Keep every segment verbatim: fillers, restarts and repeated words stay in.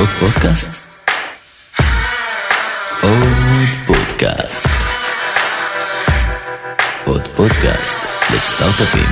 עוד פודקאסט? עוד פודקאסט. עוד פודקאסט לסטארט-אפים.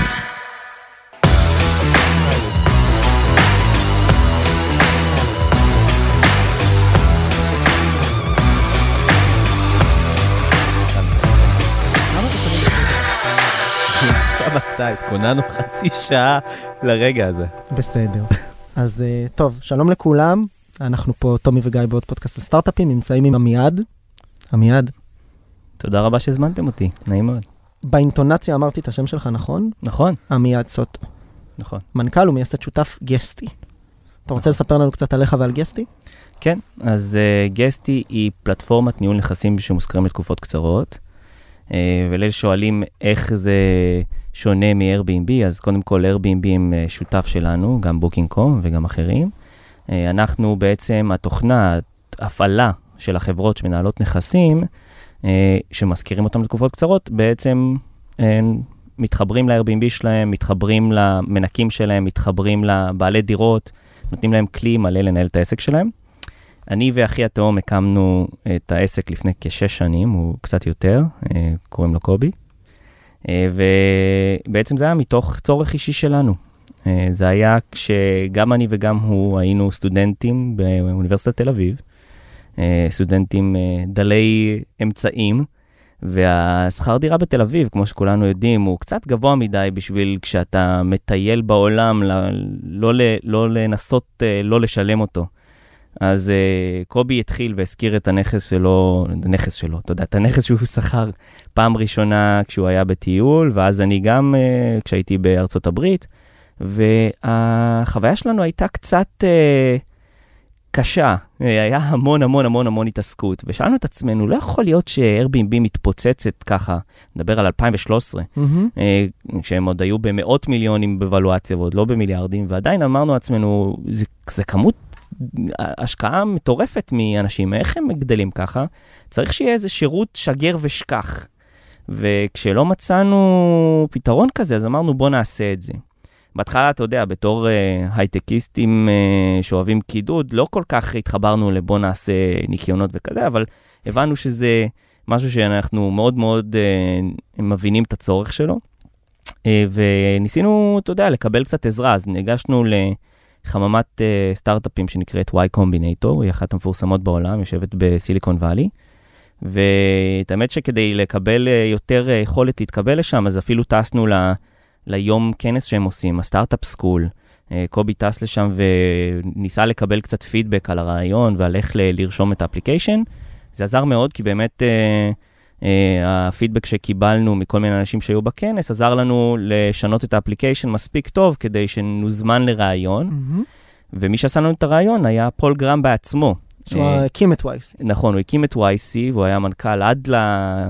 עכשיו הפתעה, התכוננו חצי שעה לרגע הזה. בסדר. אז טוב, שלום לכולם. אנחנו פה, תומי וגיא, בעוד פודקאסט לסטארט-אפים, נמצאים עם עמיעד. עמיעד. תודה רבה שהזמנתם אותי, נעים מאוד. באינטונציה אמרתי את השם שלך, נכון? נכון. עמיעד סוטו. נכון. מנכ"ל ומייסד שותף גסטי. אתה רוצה לספר לנו קצת עליך ועל גסטי? כן, אז uh, גסטי היא פלטפורמת ניהול נכסים שמוזכרים לתקופות קצרות, uh, ולאלה שואלים איך זה שונה מ-Airbnb, אז קודם כל Airbnb הם uh, שותף שלנו, גם בוקינג דוט קום וגם אחרים. Uh, אנחנו בעצם, התוכנה, הפעלה של החברות שמנהלות נכסים, uh, שמזכירים אותם לתקופות קצרות, בעצם uh, מתחברים ל-Airbnb שלהם, מתחברים למנקים שלהם, מתחברים לבעלי דירות, נותנים להם כלי מלא לנהל את העסק שלהם. אני ואחי התאום הקמנו את העסק לפני כשש שנים, הוא קצת יותר, קוראים לו קובי, ובעצם זה היה מתוך צורך אישי שלנו. זה היה כשגם אני וגם הוא היינו סטודנטים באוניברסיטת תל אביב, סטודנטים דלי אמצעים, והשכר דירה בתל אביב, כמו שכולנו יודעים, הוא קצת גבוה מדי בשביל כשאתה מטייל בעולם, לא, לא לנסות לא לשלם אותו. אז uh, קובי התחיל והזכיר את הנכס שלו, הנכס שלו, אתה יודע, את הנכס שהוא שכר פעם ראשונה כשהוא היה בטיול, ואז אני גם uh, כשהייתי בארצות הברית, והחוויה שלנו הייתה קצת uh, קשה, היה המון המון המון המון התעסקות, ושאלנו את עצמנו, לא יכול להיות ש-Airbnb מתפוצצת ככה, נדבר על אלפיים ושלוש עשרה, mm-hmm. כשהם עוד היו במאות מיליונים בוולואציה, ועוד לא במיליארדים, ועדיין אמרנו לעצמנו, זה, זה כמות השקעה מטורפת מאנשים, איך הם גדלים ככה? צריך שיהיה איזה שירות שגר ושכח, וכשלא מצאנו פתרון כזה, אז אמרנו בוא נעשה את זה. בהתחלה, אתה יודע, בתור uh, הייטקיסטים uh, שאוהבים קידוד, לא כל כך התחברנו לבוא נעשה ניקיונות וכזה, אבל הבנו שזה משהו שאנחנו מאוד מאוד uh, מבינים את הצורך שלו, uh, וניסינו, אתה יודע, לקבל קצת עזרה, אז ניגשנו לחממת uh, סטארט-אפים שנקראת Y Combinator, היא אחת המפורסמות בעולם, יושבת בסיליקון ואלי, ואת האמת שכדי לקבל uh, יותר uh, יכולת להתקבל לשם, אז אפילו טסנו ל... ליום כנס שהם עושים, הסטארט-אפ סקול. קובי טס לשם וניסה לקבל קצת פידבק על הרעיון ועל איך ל- לרשום את האפליקיישן. זה עזר מאוד, כי באמת אה, אה, הפידבק שקיבלנו מכל מיני אנשים שהיו בכנס, עזר לנו לשנות את האפליקיישן מספיק טוב, כדי שנוזמן לרעיון. Mm-hmm. ומי שעשה לנו את הרעיון היה פול גרם בעצמו. שהוא אה, הקים את וואי סי. נכון, הוא הקים את וואי סי, והוא היה מנכ"ל עד ל, אה,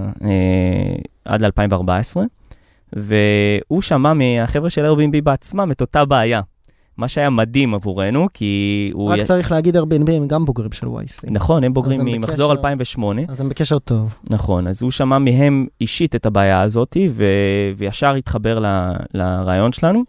עד ל-אלפיים וארבע עשרה. והוא שמע מהחבר'ה של Airbnb בעצמם את אותה בעיה. מה שהיה מדהים עבורנו, כי הוא... רק י... צריך להגיד Airbnb הם גם בוגרים של וואי סי. נכון, הם בוגרים ממחזור אלפיים ושמונה. אז הם בקשר טוב. נכון, אז הוא שמע מהם אישית את הבעיה הזאת, ו... וישר התחבר ל... לרעיון שלנו,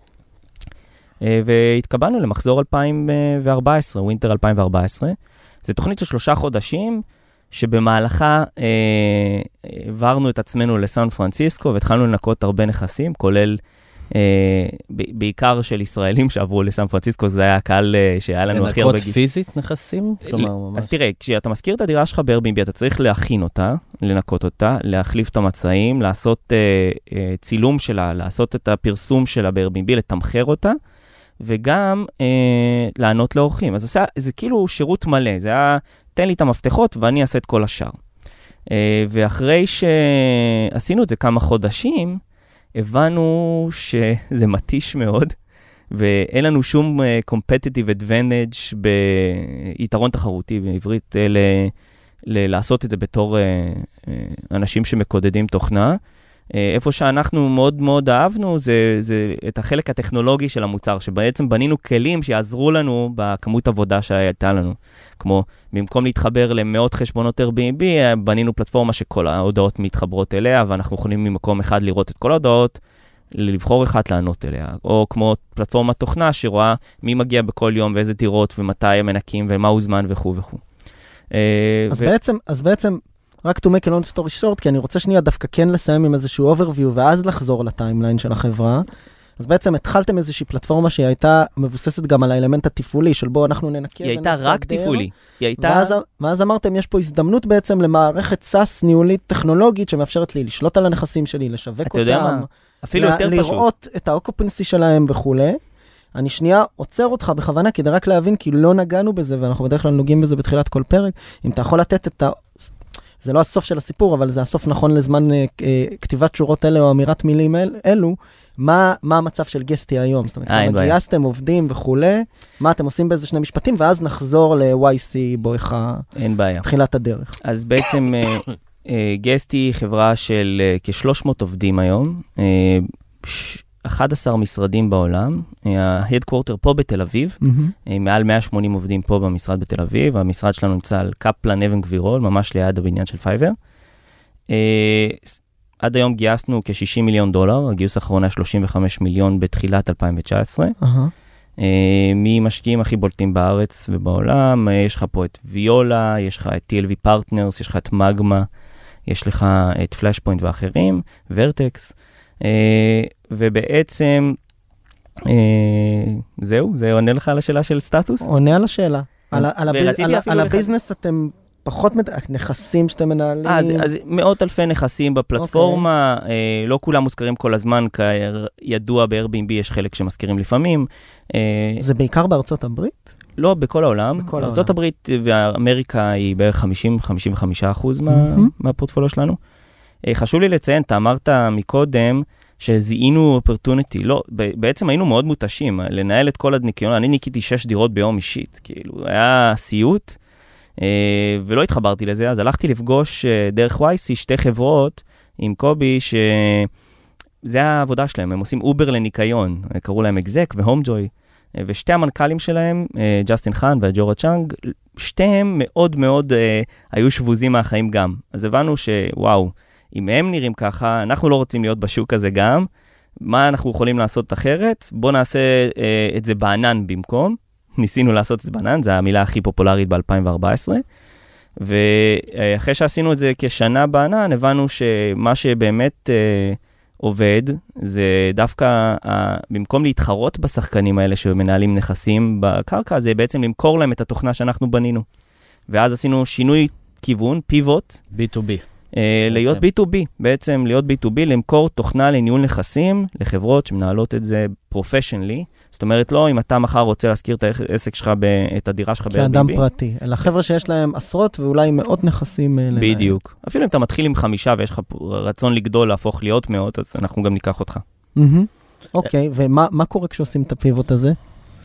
והתקבלנו למחזור אלפיים וארבע עשרה, ווינטר אלפיים וארבע עשרה. זו תוכנית של שלושה חודשים, שבמהלכה אה, עברנו את עצמנו לסן פרנסיסקו, והתחלנו לנקות הרבה נכסים, כולל אה, ב- בעיקר של ישראלים שעברו לסן פרנסיסקו, זה היה הקהל אה, שהיה לנו הכי הרבה... לנקות פיזית נכסים? כלומר, ממש. אז תראה, כשאתה מזכיר את הדירה שלך ב-Airbnb, אתה צריך להכין אותה, לנקות אותה, להחליף את המצעים, לעשות אה, אה, צילום שלה, לעשות את הפרסום שלה ב-Airbnb, לתמחר אותה, וגם אה, לענות לאורחים. אז זה, זה כאילו שירות מלא, זה היה... תן לי את המפתחות ואני אעשה את כל השאר. Uh, ואחרי שעשינו את זה כמה חודשים, הבנו שזה מתיש מאוד, ואין לנו שום uh, competitive advantage ביתרון תחרותי בעברית, ל- ל- לעשות את זה בתור uh, uh, אנשים שמקודדים תוכנה. Uh, איפה שאנחנו מאוד מאוד אהבנו, זה, זה את החלק הטכנולוגי של המוצר, שבעצם בנינו כלים שיעזרו לנו בכמות עבודה שהייתה לנו. כמו, במקום להתחבר למאות חשבונות Airbnb, בנינו פלטפורמה שכל ההודעות מתחברות אליה, ואנחנו יכולים ממקום אחד לראות את כל ההודעות, לבחור אחת לענות אליה, או כמו פלטפורמת תוכנה שרואה מי מגיע בכל יום ואיזה דירות ומתי הם מנקים ומה הוא זמן וכו' וכו'. אז בעצם, אז בעצם, רק to make a long story short, כי אני רוצה שנייה דווקא כן לסיים עם איזשהו overview ואז לחזור לטיימליין של החברה. אז בעצם התחלתם איזושהי פלטפורמה שהיא הייתה מבוססת גם על האלמנט התפעולי של בו אנחנו ננקה היא הייתה רק תפעולי. היא הייתה... ואז, ואז אמרתם, יש פה הזדמנות בעצם למערכת סאס ניהולית טכנולוגית שמאפשרת לי לשלוט על הנכסים שלי, לשווק אותם. אתה יודע מה? אפילו יותר פשוט. לראות את האוקופנסי שלהם וכו'. אני שנייה עוצר אותך בכוונה כדי רק להבין כי לא נגענו בזה, ואנחנו בדרך כלל נוגעים בזה בתחילת כל פרק. אם אתה יכול לתת את ה... זה לא הסוף של הסיפור, אבל זה הסוף נכון לזמן אה, אה, כתיבת שורות אלה או אמירת מילים אל, אלו, מה, מה המצב של גסטי היום? זאת אומרת, כמה גייסתם, עובדים וכו', מה אתם עושים באיזה שני משפטים, ואז נחזור ל-וואי סי בויכה תחילת הדרך. אז בעצם אה, אה, גסטי חברה של אה, כ-שלוש מאות עובדים היום, אה, ש... אחד עשר משרדים בעולם, ההדקוורטר פה בתל אביב, mm-hmm. מעל מאה ושמונים עובדים פה במשרד בתל אביב, המשרד שלנו נמצא על קפלן אבן גבירול, ממש ליד הבניין של פייבר. עד היום גייסנו כ-שישים מיליון דולר, הגיוס האחרון היה שלושים וחמישה מיליון בתחילת אלפיים תשע עשרה. Uh-huh. ממשקיעים הכי בולטים בארץ ובעולם, יש לך פה את ויולה, יש לך את טי אל וי פרטנרס, יש לך את מגמה, יש לך את פלאשפוינט ואחרים, ורטקס, ובעצם, זהו, זה עונה לך על השאלה של סטטוס? עונה על השאלה. על הביזנס אתם פחות נכסים שאתם מנהלים? אז מאות אלפי נכסים בפלטפורמה, לא כולם מוזכרים כל הזמן, כידוע ב-Airbnb יש חלק שמזכירים לפעמים. זה בעיקר בארצות הברית? לא, בכל העולם. ארצות הברית ואמריקה היא בערך חמישים עד חמישים וחמישה אחוז מהפורטפוליו שלנו. חשוב לי לציין, אתה אמרת מקודם שזיהינו אופרטוניטי. לא, בעצם היינו מאוד מותשים, לנהל את כל הניקיון. אני ניקיתי שש דירות ביום אישית, כאילו, היה סיוט, ולא התחברתי לזה, אז הלכתי לפגוש דרך וואי סי שתי חברות עם קובי, שזה העבודה שלהם, הם עושים אובר לניקיון, קראו להם אקזק והום-ג'וי, ושתי המנכ"לים שלהם, ג'סטין חאן וג'ורה צ'אנג, שתיהם מאוד מאוד היו שבוזים מהחיים גם. אז הבנו שוואו, אם הם נראים ככה, אנחנו לא רוצים להיות בשוק הזה גם, מה אנחנו יכולים לעשות אחרת? בוא נעשה אה, את זה בענן במקום. ניסינו לעשות את זה בענן, זו המילה הכי פופולרית ב-אלפיים וארבע עשרה. ואחרי שעשינו את זה כשנה בענן, הבנו שמה שבאמת אה, עובד, זה דווקא, אה, במקום להתחרות בשחקנים האלה שמנהלים נכסים בקרקע, זה בעצם למכור להם את התוכנה שאנחנו בנינו. ואז עשינו שינוי כיוון, פיבוט. בי טו בי. להיות בי טו בי, בעצם להיות בי טו בי, למכור תוכנה לניהול נכסים לחברות שמנהלות את זה פרופשנלי. זאת אומרת, לא אם אתה מחר רוצה להזכיר את העסק שלך, את הדירה שלך ב-Airbnb. כאדם פרטי, אלא חבר'ה שיש להם עשרות ואולי מאות נכסים. בדיוק. אפילו אם אתה מתחיל עם חמישה ויש לך רצון לגדול להפוך להיות מאות, אז אנחנו גם ניקח אותך. אוקיי, ומה קורה כשעושים את הפיבוט הזה?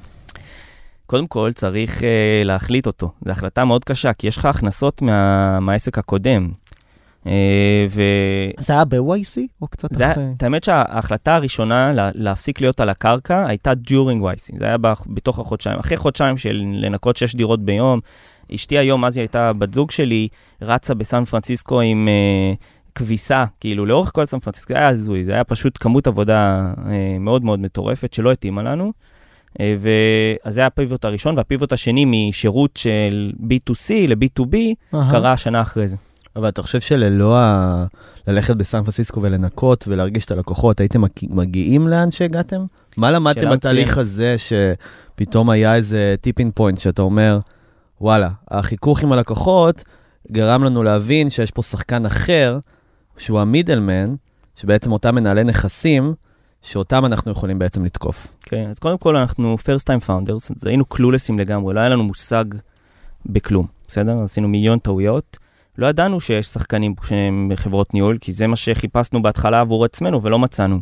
קודם כל צריך להחליט אותו. זו החלטה מאוד קשה, כי יש לך הכנסות מהעסק הקודם. ו... זה היה ב-וואי סי או קצת אחרי? האמת שההחלטה הראשונה להפסיק להיות על הקרקע הייתה during וואי סי. זה היה בתוך החודשיים. אחרי חודשיים של לנקות שש דירות ביום. אשתי היום, אז היא הייתה בת זוג שלי, רצה בסן פרנסיסקו עם uh, כביסה, כאילו לאורך כל סן פרנסיסקו. זה היה זוי, זה היה פשוט כמות עבודה uh, מאוד מאוד מטורפת שלא התאימה לנו. Uh, ואז זה היה הפיבוט הראשון, והפיבוט השני משירות של בי טו סי ל-בי טו בי uh-huh. קרה שנה אחרי זה. אבל אתה חושב שללא ה... ללכת בסן פרנסיסקו ולנקות ולהרגיש את הלקוחות, הייתם מגיעים לאן שהגעתם? מה למדתם בתהליך הזה שפתאום היה איזה טיפינג פוינט שאתה אומר, וואלה, החיכוך עם הלקוחות גרם לנו להבין שיש פה שחקן אחר, שהוא המידלמן, שבעצם אותם מנהלי נכסים, שאותם אנחנו יכולים בעצם לתקוף. כן, אז קודם כל אנחנו first time founders, אז היינו קלולסים לגמרי, לא היה לנו מושג בכלום, בסדר? עשינו מיליון טעויות, לא ידענו שיש שחקנים שהם חברות ניהול, כי זה מה שחיפשנו בהתחלה עבור עצמנו ולא מצאנו.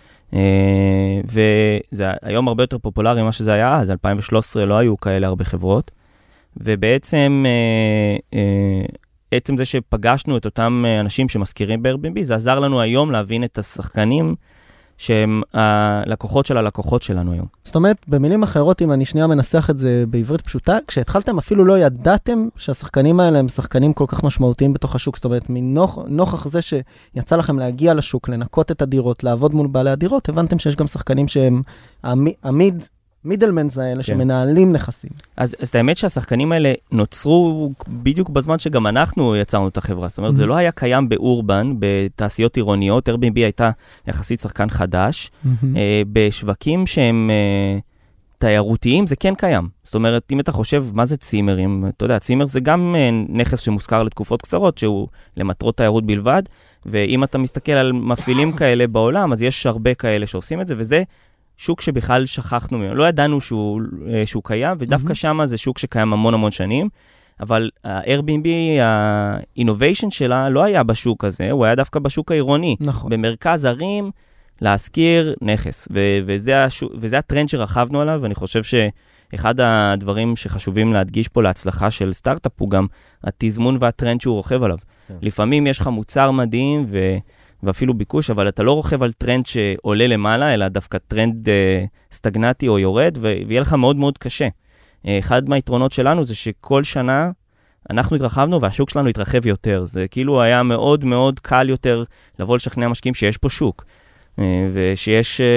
וזה היום הרבה יותר פופולרי ממה שזה היה, אז אלפיים ושלוש עשרה לא היו כאלה הרבה חברות, ובעצם עצם זה שפגשנו את אותם אנשים שמזכירים ב-Airbnb, זה עזר לנו היום להבין את השחקנים שהם הלקוחות של הלקוחות שלנו היום. זאת אומרת, במילים אחרות, אם אני שנייה מנסח את זה בעברית פשוטה, כשהתחלתם אפילו לא ידעתם שהשחקנים האלה הם שחקנים כל כך משמעותיים בתוך השוק, זאת אומרת, מנוכח זה שיצא לכם להגיע לשוק, לנקות את הדירות, לעבוד מול בעלי הדירות, הבנתם שיש גם שחקנים שהם המיד, מידלמנס האלה, כן. שמנהלים נכסים. אז, אז האמת שהשחקנים האלה נוצרו בדיוק בזמן שגם אנחנו יצרנו את החברה. זאת אומרת, mm-hmm. זה לא היה קיים באורבן, בתעשיות עירוניות. Airbnb הייתה יחסית שחקן חדש. Mm-hmm. אה, בשווקים שהם אה, תיירותיים, זה כן קיים. זאת אומרת, אם אתה חושב מה זה צימרים, אתה יודע, צימר זה גם אה, נכס שמוזכר לתקופות קצרות, שהוא למטרות תיירות בלבד, ואם אתה מסתכל על מפעילים כאלה בעולם, אז יש הרבה כאלה שעושים את זה, וזה שוק שבכלל שכחנו ממנו. לא ידענו שהוא, שהוא קיים, ודווקא mm-hmm. שם זה שוק שקיים המון המון שנים, אבל ה-Airbnb, ה-innovation שלה לא היה בשוק הזה, הוא היה דווקא בשוק העירוני. נכון. במרכז ערים, להשכיר נכס. ו- וזה, השוק, וזה הטרנד שרכבנו עליו, ואני חושב שאחד הדברים שחשובים להדגיש פה להצלחה של סטארט-אפ, הוא גם התזמון והטרנד שהוא רוכב עליו. Yeah. לפעמים יש לך מוצר מדהים, ו... ואפילו ביקוש, אבל אתה לא רוכב על טרנד שעולה למעלה, אלא דווקא טרנד אה, סטגנטי או יורד, ו- ויהיה לך מאוד מאוד קשה. אה, אחד מהיתרונות שלנו זה שכל שנה אנחנו התרחבנו, והשוק שלנו התרחב יותר. זה כאילו היה מאוד מאוד קל יותר לבוא לשכנע משקיעים שיש פה שוק, אה, ושיש, אה,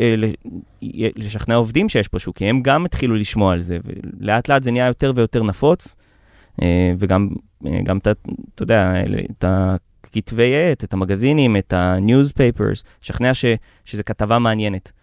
אה, לשכנע עובדים שיש פה שוק, כי הם גם התחילו לשמוע על זה, ולאט לאט זה נהיה יותר ויותר נפוץ, אה, וגם, אה, גם אתה, אתה יודע, אתה... כתבי עת, את המגזינים, את ה-newspapers, שכנע ש, שזה כתבה מעניינת.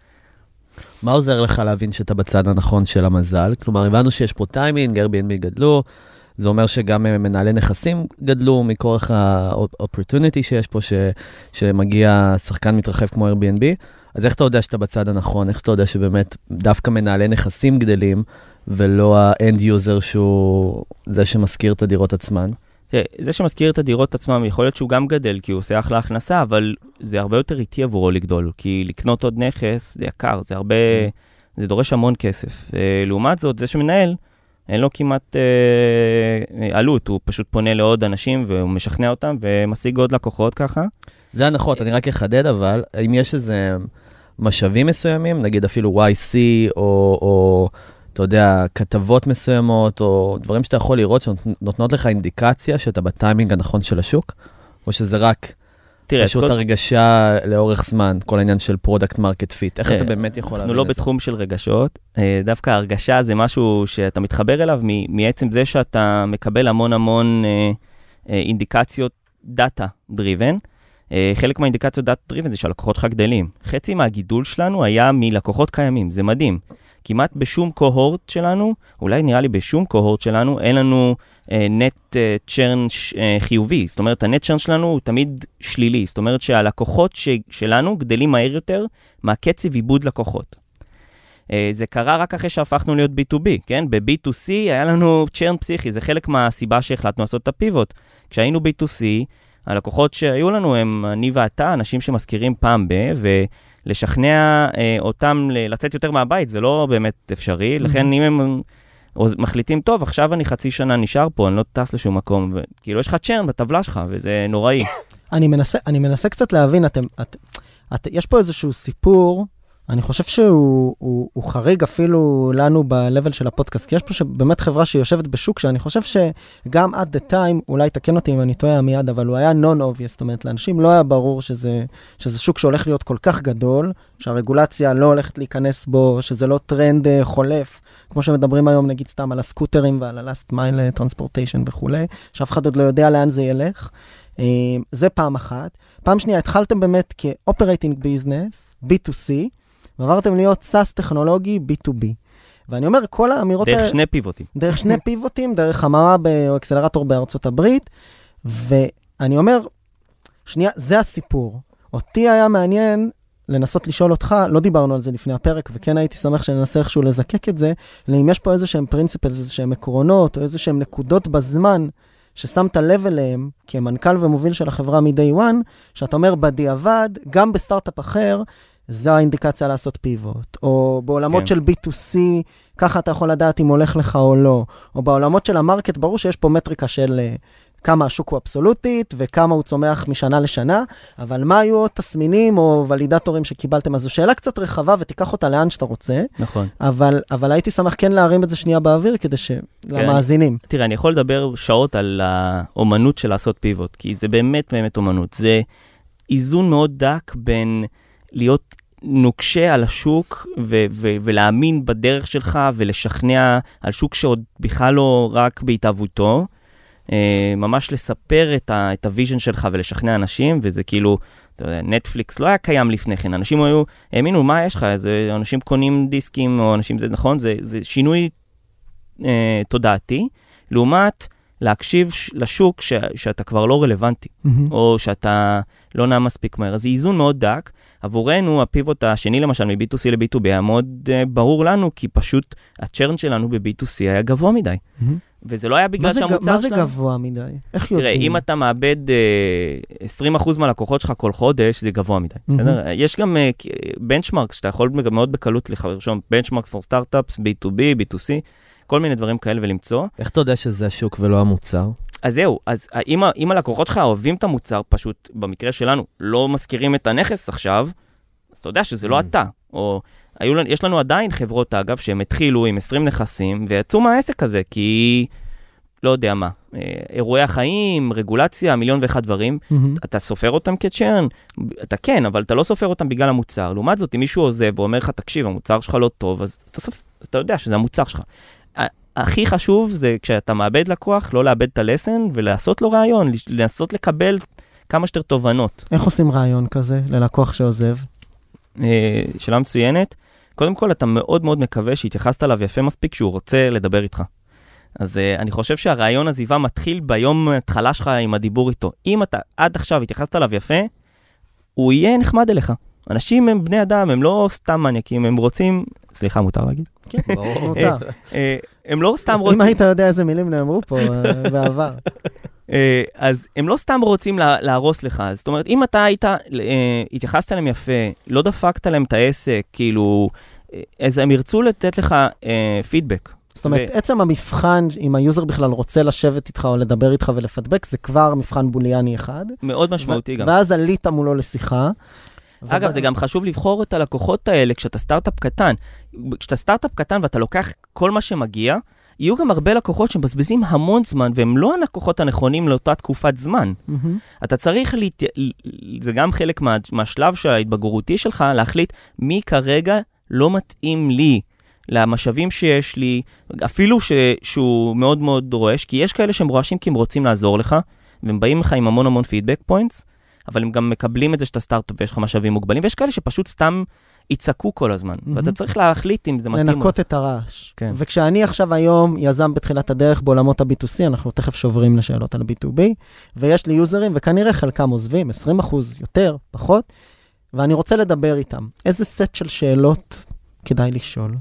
מה עוזר לך להבין שאתה בצד הנכון של המזל? כלומר, הבנו שיש פה טיימינג, Airbnb גדלו, זה אומר שגם מנהלי נכסים גדלו, מכורח ה-opportunity שיש פה, ש, שמגיע שחקן מתרחב כמו Airbnb, אז איך אתה יודע שאתה בצד הנכון? איך אתה יודע שבאמת דווקא מנהלי נכסים גדלים, ולא ה-end user שהוא זה שמזכיר את הדירות עצמן? זה שמזכיר את הדירות עצמם, יכול להיות שהוא גם גדל, כי הוא עושה אחלה הכנסה, אבל זה הרבה יותר איטי עבורו לגדול, כי לקנות עוד נכס זה יקר, זה הרבה, זה דורש המון כסף. לעומת זאת, זה שמנהל, אין לו כמעט אה, עלות, הוא פשוט פונה לעוד אנשים, והוא משכנע אותם, ומשיג עוד לקוחות ככה. זה הנחות, אני רק אחדד, אבל אם יש איזה משאבים מסוימים, נגיד אפילו וואי סי, או... או אתה יודע, כתבות מסוימות, או דברים שאתה יכול לראות, שנותנות לך אינדיקציה שאתה בטיימינג הנכון של השוק, או שזה רק תראה, פשוט כל... הרגשה לאורך זמן, כל העניין של פרודקט מרקט פיט. איך אתה באמת יכול להבין את זה? אנחנו לא בתחום של רגשות, דווקא הרגשה זה משהו שאתה מתחבר אליו, מעצם זה שאתה מקבל המון המון אינדיקציות דאטה דריבן. חלק מהאינדיקציות דאטה דריבן זה שהלקוחות שלך גדלים. חצי מהגידול שלנו היה מלקוחות קיימים, זה מדהים. כמעט בשום קוהורט שלנו, אולי נראה לי בשום קוהורט שלנו, אין לנו נט צ'רן חיובי. זאת אומרת, הנט צ'רן שלנו הוא תמיד שלילי. זאת אומרת שהלקוחות ש- שלנו גדלים מהר יותר מהקצב עיבוד לקוחות. Uh, זה קרה רק אחרי שהפכנו להיות בי טו בי, כן? ב-בי טו סי היה לנו צ'רן פסיכי, זה חלק מהסיבה שהחלטנו לעשות את הפיבוט. כשהיינו בי טו סי, הלקוחות שהיו לנו הם אני ואתה, אנשים שמזכירים פעם ב, ולשכנע אה, אותם לצאת יותר מהבית, זה לא באמת אפשרי, mm-hmm. לכן אם הם מחליטים, טוב, עכשיו אני חצי שנה נשאר פה, אני לא טס לשום מקום, וכאילו יש לך צ'רן בטבלה שלך, וזה נוראי. אני מנסה, אני מנסה קצת להבין, אתם, את, את, יש פה איזשהו סיפור, אני חושב שהוא הוא, הוא חריג אפילו לנו ב-level של הפודקאסט, כי יש פה באמת חברה שיושבת בשוק, שאני חושב שגם at the time, אולי תקן אותי אם אני טועה מיד, אבל הוא היה non-obvious, זאת אומרת, לאנשים לא היה ברור שזה, שזה שוק שהולך להיות כל כך גדול, שהרגולציה לא הולכת להיכנס בו, שזה לא טרנד חולף, כמו שמדברים היום נגיד סתם על הסקוטרים ועל ה-last mile transportation וכו', שאף אחד עוד לא יודע לאן זה ילך. זה פעם אחת. פעם שנייה, התחלתם באמת כ-operating business, בי טו סי, ועברתם להיות סאס טכנולוגי בי טו בי. ואני אומר, כל האמירות... דרך שני פיבוטים. דרך שני פיבוטים, דרך המרה או אקסלרטור בארצות הברית, ואני אומר, שנייה, זה הסיפור. אותי היה מעניין לנסות לשאול אותך, לא דיברנו על זה לפני הפרק, וכן הייתי שמח שננסה איכשהו לזקק את זה, אם יש פה איזה שהם פרינציפלס, איזה שהם עקרונות, או איזה שהם נקודות בזמן, ששמת לב אליהם, כמנכ"ל ומוביל של החברה מ-day one, שאתה אומר, בדיעבד, גם בסטארט-אפ אחר, זו האינדיקציה לעשות פיבוט, או בעולמות כן. של בי טו סי, ככה אתה יכול לדעת אם הולך לך או לא, או בעולמות של המרקט, ברור שיש פה מטריקה של כמה השוק הוא אבסולוטית, וכמה הוא צומח משנה לשנה, אבל מה היו עוד תסמינים או ולידטורים שקיבלתם? אז זו שאלה קצת רחבה, ותיקח אותה לאן שאתה רוצה. נכון. אבל, אבל הייתי שמח כן להרים את זה שנייה באוויר, כדי ש... למאזינים. תראה, אני יכול לדבר שעות על האומנות של לעשות פיבוט, כי זה באמת באמת אומנות. זה איזון מאוד דק בין להיות נוקשה על השוק, ו- ו- ולהאמין בדרך שלך, ולשכנע על שוק שעוד בכלל לא רק בהתאבותו, ממש לספר את, ה- את הוויז'ן שלך ולשכנע אנשים, וזה כאילו, אתה יודע, נטפליקס לא היה קיים לפני כן, אנשים היו, האמינו, מה יש לך? זה, אנשים קונים דיסקים, או אנשים, זה נכון, זה, זה שינוי אה, תודעתי, לעומת להקשיב לשוק ש- שאתה כבר לא רלוונטי, mm-hmm. או שאתה לא נע מספיק מהר. אז זה איזון מאוד דק. עבורנו, הפיבוט השני למשל, מ-בי טו סי ל-בי טו בי, היה מאוד uh, ברור לנו, כי פשוט הצ'רן שלנו ב-בי טו סי היה גבוה מדי. Mm-hmm. וזה לא היה בגלל שהמוצר שלנו... מה זה גבוה מדי? איך יודעים? תראה, אם אתה מאבד uh, עשרים אחוז מהלקוחות שלך כל חודש, זה גבוה מדי. Mm-hmm. בסדר? יש גם בנצ'מרקס, uh, שאתה יכול מאוד בקלות לרשום בנצ'מרקס for startups, בי טו בי, בי טו סי, כל מיני דברים כאלה ולמצוא. איך אתה יודע שזה השוק ולא המוצר? אז זהו, אז אם, אם הלקוחות שלך אוהבים את המוצר, פשוט במקרה שלנו, לא מזכירים את הנכס עכשיו, אז אתה יודע שזה לא אתה. או, היו, יש לנו עדיין חברות, אגב, שהם התחילו עם עשרים נכסים, ויצאו מהעסק הזה, כי לא יודע מה, אירועי החיים, רגולציה, מיליון ואחד דברים, mm-hmm. אתה סופר אותם כצ'רן, אתה כן, אבל אתה לא סופר אותם בגלל המוצר. לעומת זאת, אם מישהו עוזב ואומר לך, תקשיב, המוצר שלך לא טוב, אז אתה, סופ... אתה יודע שזה המוצר שלך. הכי חשוב זה כשאתה מאבד לקוח, לא לאבד את הלסן, ולעשות לו רעיון, לנסות לקבל כמה שיותר תובנות. איך עושים רעיון כזה ללקוח שעוזב? שאלה מצוינת. קודם כל, אתה מאוד מאוד מקווה שהתייחסת עליו יפה מספיק, שהוא רוצה לדבר איתך. אז אני חושב שהרעיון עזיבה מתחיל ביום התחלה שלך עם הדיבור איתו. אם אתה עד עכשיו התייחסת עליו יפה, הוא יהיה נחמד אליך. אנשים הם בני אדם, הם לא סתם מניאקים, הם רוצים... סליחה, מותר להגיד? כן, מותר. הם לא סתם רוצים... אם היית יודע איזה מילים נאמרו פה בעבר. אז הם לא סתם רוצים להרוס לך. זאת אומרת, אם אתה היית, התייחסת להם יפה, לא דפקת להם את העסק, כאילו, אז הם ירצו לתת לך פידבק. זאת אומרת, עצם המבחן, אם היוזר בכלל רוצה לשבת איתך או לדבר איתך ולפדבק, זה כבר מבחן בוליאני אחד. מאוד משמעותי גם. ואז עלית מולו לשיחה. אגב, זה גם חשוב לבחור את הלקוחות האלה כשאתה סטארט-אפ קטן. כשאתה סטארט-אפ קטן ואתה לוקח כל מה שמגיע, יהיו גם הרבה לקוחות שמבזבזים המון זמן, והם לא הלקוחות הנכונים לאותה תקופת זמן. אתה צריך, זה גם חלק מהשלב ההתבגרותי שלך, להחליט מי כרגע לא מתאים לי, למשאבים שיש לי, אפילו שהוא מאוד מאוד רועש, כי יש כאלה שהם רועשים כי הם רוצים לעזור לך, והם באים לך עם המון המון פידבק פוינטס, אבל הם גם מקבלים את זה שאתה סטארט-אפ ויש לך משאבים מוגבלים, ויש כאלה שפשוט סתם יצעקו כל הזמן, mm-hmm. ואתה צריך להחליט אם זה מתאים. לנקות את הרעש. כן. וכשאני עכשיו היום יזם בתחילת הדרך בעולמות ה-בי טו סי, אנחנו תכף שוברים לשאלות על ה-בי טו בי, ויש לי יוזרים, וכנראה חלקם עוזבים, עשרים אחוז יותר, פחות, ואני רוצה לדבר איתם. איזה סט של שאלות כדאי לשאול?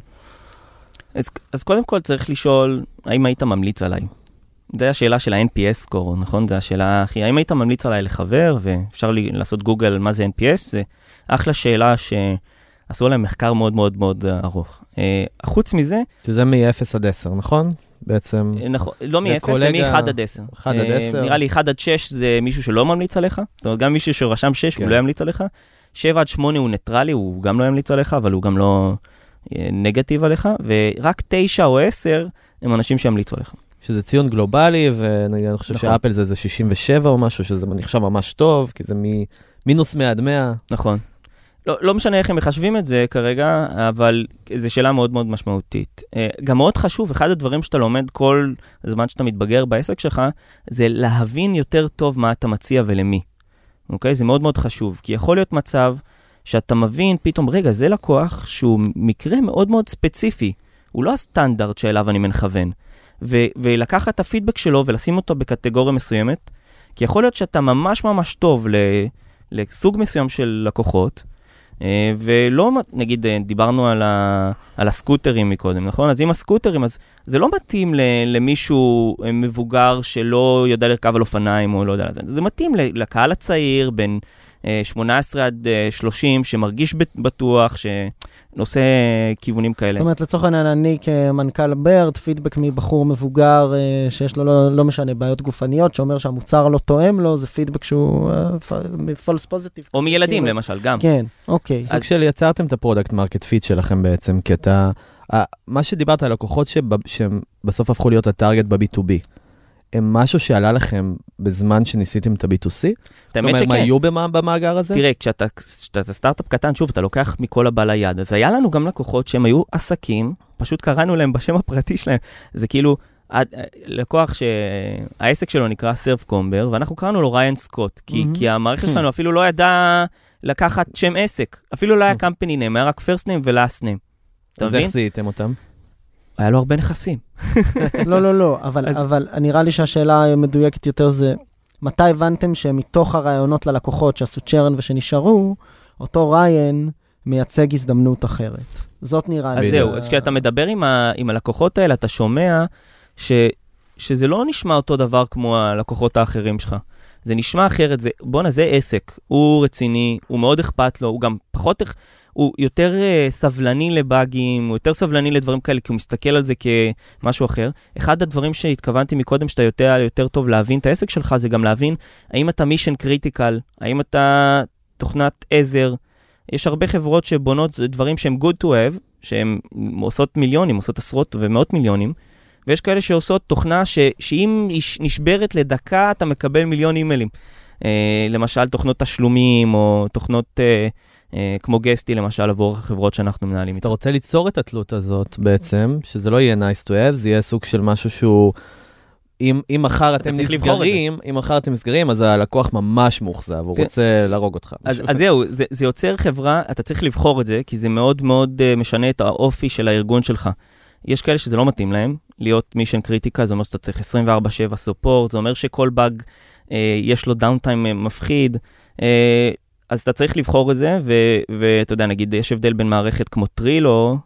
אז, אז קודם כל צריך לשאול, האם היית ממליץ עליי? זו השאלה של ה-אן פי אס score, נכון? זו השאלה הכי, האם היית ממליץ עליי לחבר, ואפשר לי לעשות גוגל מה זה אן פי אס, זה אחלה שאלה שעשו להם מחקר מאוד מאוד מאוד ארוך. חוץ מזה... שזה מ-אפס עד עשר, נכון? בעצם... נכון, לא מ-אפס, זה מ-אחד עד עשר. אחד עד עשר. נראה לי אחד עד שש זה מישהו שלא ממליץ עליך, זאת אומרת, גם מישהו שרשם שש, הוא לא ימליץ עליך. שבע עד שמונה הוא ניטרלי, הוא גם לא ימליץ עליך, אבל הוא גם לא נגטיב עליך, ורק תשע או עשר הם אנשים שימליצו עליך. שזה ציון גלובלי, ואני חושב נכון. שאפל זה, זה שישים ושבע או משהו, שזה נחשב ממש טוב, כי זה מינוס מאה עד מאה. נכון. לא, לא משנה איך הם מחשבים את זה כרגע, אבל זו שאלה מאוד מאוד משמעותית. גם מאוד חשוב, אחד הדברים שאתה לומד כל הזמן שאתה מתבגר בעסק שלך, זה להבין יותר טוב מה אתה מציע ולמי. אוקיי? זה מאוד מאוד חשוב, כי יכול להיות מצב שאתה מבין פתאום, רגע, זה לקוח שהוא מקרה מאוד מאוד ספציפי. הוא לא הסטנדרט שאליו אני מנכוון. ו- ולקחת את הפידבק שלו ולשים אותו בקטגוריה מסוימת, כי יכול להיות שאתה ממש ממש טוב ל- לסוג מסוים של לקוחות, ולא, נגיד, דיברנו על, ה- על הסקוטרים מקודם, נכון? אז עם הסקוטרים, אז זה לא מתאים ל- למישהו מבוגר שלא יודע לרכב על אופניים או לא יודע לזה. זה מתאים לקהל הצעיר בין שמונה עשרה עד שלושים, שמרגיש בטוח, שנושא כיוונים כאלה. זאת אומרת, לצורך העניין, אני כמנכ"ל ברד, פידבק מבחור מבוגר, שיש לו לא, לא משנה בעיות גופניות, שאומר שהמוצר לא תואם לו, זה פידבק שהוא false positive. או מילדים למשל, גם. כן, אוקיי. סוג של יצרתם את הפרודקט מרקט פיט שלכם בעצם, כי אתה, מה שדיברת על לקוחות שבסוף הפכו להיות הטארגט ב-בי טו בי, הם משהו שעלה לכם בזמן שניסיתם את ה-בי טו סי? האמת שכן. מה היו במאגר הזה? תראה, כשאתה, כשאתה סטארט-אפ קטן, שוב, אתה לוקח מכל הבא ליד. אז היה לנו גם לקוחות שהם היו עסקים, פשוט קראנו להם בשם הפרטי שלהם. זה כאילו, לקוח שהעסק שלו נקרא סרף קומבר, ואנחנו קראנו לו ריין סקוט, כי, כי המערכת שלנו אפילו לא ידע לקחת שם עסק. אפילו לא היה company name, היה רק first name ו-last name. אז איך זיהיתם אותם? היה לו הרבה נכסים. לא, לא, לא, אבל, אבל נראה לי שהשאלה המדויקת יותר זה, מתי הבנתם שמתוך הרעיונות ללקוחות שעשו צ'רן ושנשארו, אותו ריין מייצג הזדמנות אחרת. זאת נראה לי. אז זהו, אז כשאתה מדבר עם, ה, עם הלקוחות האלה, אתה שומע ש, שזה לא נשמע אותו דבר כמו הלקוחות האחרים שלך. זה נשמע אחרת, זה, בוא זה עסק, הוא רציני, הוא מאוד אכפת לו, הוא גם פחות, הוא יותר uh, סבלני לבאגים, הוא יותר סבלני לדברים כאלה, כי הוא מסתכל על זה כמשהו אחר. אחד הדברים שהתכוונתי מקודם, שאתה יותר, יותר טוב להבין את העסק שלך, זה גם להבין, האם אתה מישן קריטיקל, האם אתה תוכנת עזר, יש הרבה חברות שבונות דברים שהם good to have, שהן עושות מיליונים, עושות עשרות ומאות מיליונים, ויש כאלה שעושות תוכנה ש, שאם נשברת לדקה, אתה מקבל מיליון אימיילים. אה, למשל, תוכנות תשלומים, או תוכנות אה, אה, כמו גסטי, למשל, עבור החברות שאנחנו מנהלים. אז אתה רוצה ליצור את התלות הזאת בעצם, שזה לא יהיה nice to have, זה יהיה סוג של משהו שהוא, אם, אם מחר אתם נסגרים, אם מחר אתם נסגרים, אז הלקוח ממש מוחזב, הוא רוצה להרוג אותך. אז, אז זהו, זה, זה יוצר חברה, אתה צריך לבחור את זה, כי זה מאוד מאוד uh, משנה את האופי של הארגון שלך. יש כאלה שזה לא מתאים להם, להיות מישן קריטיקה, זה אומר שאתה צריך עשרים וארבע שבע סופורט, זה אומר שכל באג אה, יש לו דאונטיים אה, מפחיד, אה, אז אתה צריך לבחור את זה, ואתה יודע, נגיד, יש הבדל בין מערכת כמו טרילו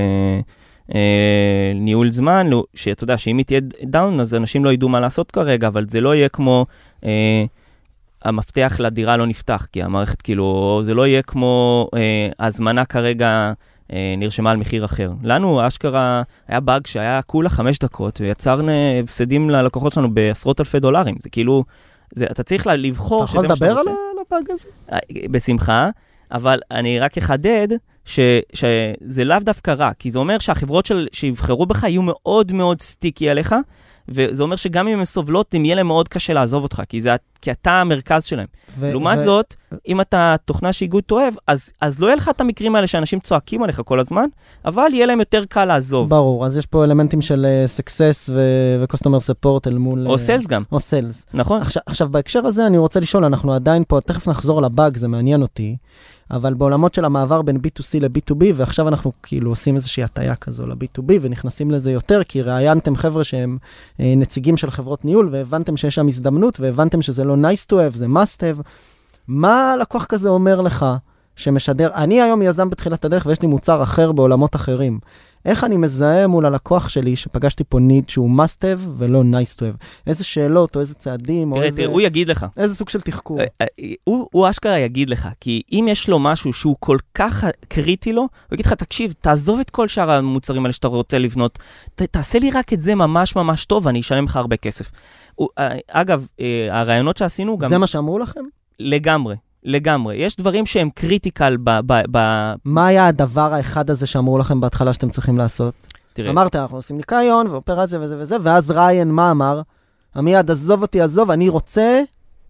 לניהול זמן, שאתה יודע, שאם היא תהיה דאון, אז אנשים לא ידעו מה לעשות כרגע, אבל זה לא יהיה כמו, אה, המפתח לדירה לא נפתח, כי המערכת כאילו, זה לא יהיה כמו אה, הזמנה כרגע, נרשמה על מחיר אחר. לנו, אשכרה, היה באג שהיה כולה חמש דקות, ויצרנו הפסדים ללקוחות שלנו בעשרות אלפי דולרים. זה כאילו, זה, אתה צריך לבחור... אתה יכול לדבר על הבאג הזה? בשמחה, אבל אני רק אחדד ש, שזה לאו דווקא רע, כי זה אומר שהחברות של, שיבחרו בך יהיו מאוד מאוד סטיקי עליך, וזה אומר שגם אם הן סובלות, אם יהיה להם מאוד קשה לעזוב אותך, כי, זה, כי אתה המרכז שלהם. ו- לעומת ו- זאת, אם אתה תוכנה שאיגוד תאהב, אז, אז לא יהיה לך את המקרים האלה שאנשים צועקים עליך כל הזמן, אבל יהיה להם יותר קל לעזוב. ברור, אז יש פה אלמנטים של uh, success ו- ו-customer support אל מול... או sales גם. או sales. נכון. עכשיו, עכשיו, בהקשר הזה אני רוצה לשאול, אנחנו עדיין פה, תכף נחזור לבאג, זה מעניין אותי, אבל בעולמות של המעבר בין בי טו סי ל-בי טו בי, ועכשיו אנחנו כאילו עושים איזושהי הטיה כזו ל-בי טו בי, ונכנסים לזה יותר, כי ראיינתם חבר'ה שהם אה, נציגים של חברות ניהול, והבנתם שיש שם הזדמנות, והבנתם שזה לא nice to have, זה must have. מה לקוח כזה אומר לך שמשדר? אני היום יזם בתחילת הדרך, ויש לי מוצר אחר בעולמות אחרים. איך אני מזהה מול הלקוח שלי, שפגשתי פה ניד שהוא must have ולא nice to have? איזה שאלות או איזה צעדים? תראה, או איזה... תראה, הוא יגיד לך. איזה סוג של תחקור? הוא, הוא אשכרה יגיד לך, כי אם יש לו משהו שהוא כל כך קריטי לו, הוא יגיד לך, תקשיב, תעזוב את כל שאר המוצרים האלה שאתה רוצה לבנות, ת, תעשה לי רק את זה ממש ממש טוב, ואני אשלם לך הרבה כסף. הוא, אגב, הרעיונות שעשינו גם... זה מה שאמרו לכם? לגמרי. לגמרי. יש דברים שהם קריטיקל ב... ב, ב... מה היה הדבר האחד הזה שאמרו לכם בהתחלה שאתם צריכים לעשות? תראה. אמרת, אנחנו עושים ניקיון ואופרציה וזה וזה, ואז ריין מה אמר? עמיד, עזוב אותי, עזוב, אני רוצה...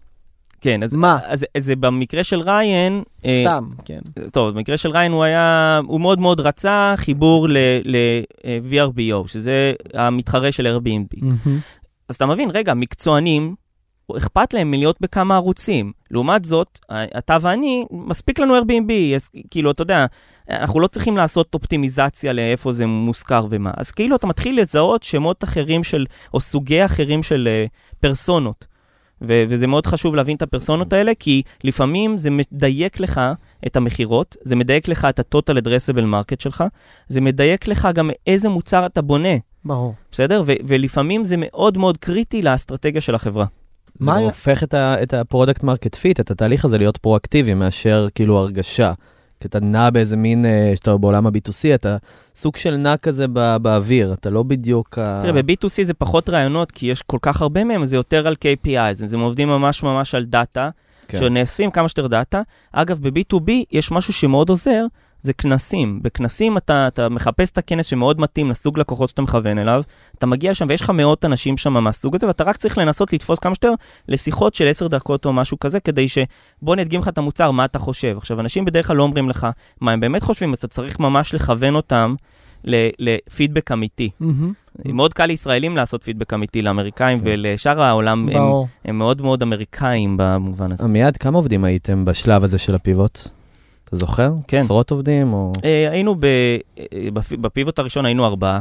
כן, אז... מה? אז, אז זה במקרה של ריין... סתם, אה, כן. טוב, במקרה של ריין הוא היה... הוא מאוד מאוד רצה חיבור ל-וי אר בי או, שזה המתחרה של Airbnb. Mm-hmm. אז אתה מבין, רגע, מקצוענים... אכפת להם מלהיות בכמה ערוצים. לעומת זאת, אתה ואני, מספיק לנו Airbnb, כאילו, אתה יודע, אנחנו לא צריכים לעשות אופטימיזציה לאיפה זה מוזכר ומה. אז כאילו, אתה מתחיל לזהות שמות אחרים של, או סוגי אחרים של פרסונות. ו- וזה מאוד חשוב להבין את הפרסונות האלה, כי לפעמים זה מדייק לך את המחירות, זה מדייק לך את ה-total addressable market שלך, זה מדייק לך גם איזה מוצר אתה בונה. ברור. בסדר? ו- ולפעמים זה מאוד מאוד קריטי לאסטרטגיה של החברה. זה גם הופך את הפרודקט מרקט פיט, את התהליך הזה להיות פרואקטיבי, מאשר כאילו הרגשה. כי אתה נע באיזה מין, שאתה בעולם ה-בי טו סי, אתה סוג של נע כזה באוויר, אתה לא בדיוק... תראה, ב-בי טו סי זה פחות רעיונות, כי יש כל כך הרבה מהם, זה יותר על קיי פי איז, אז הם עובדים ממש ממש על דאטה, שנאספים כמה שיותר דאטה. אגב, ב-בי טו בי יש משהו שמאוד עוזר, זה כנסים. בכנסים אתה, אתה מחפש את הכנס שמאוד מתאים לסוג לקוחות שאתה מכוון אליו, אתה מגיע לשם ויש לך מאות אנשים שם מהסוג הזה, ואתה רק צריך לנסות לתפוס כמה שיותר לשיחות של עשר דקות או משהו כזה, כדי שבוא נדגים לך את המוצר, מה אתה חושב. עכשיו, אנשים בדרך כלל לא אומרים לך מה הם באמת חושבים, אז אתה צריך ממש לכוון אותם לפידבק אמיתי. מאוד קל לישראלים לעשות פידבק אמיתי לאמריקאים, ולשאר העולם הם מאוד מאוד אמריקאים במובן הזה. עמיעד, כמה עובדים הייתם בשלב הזה של הפיבוט? אתה זוכר? כן. עשרות עובדים או... היינו בפיבוט הראשון היינו ארבעה.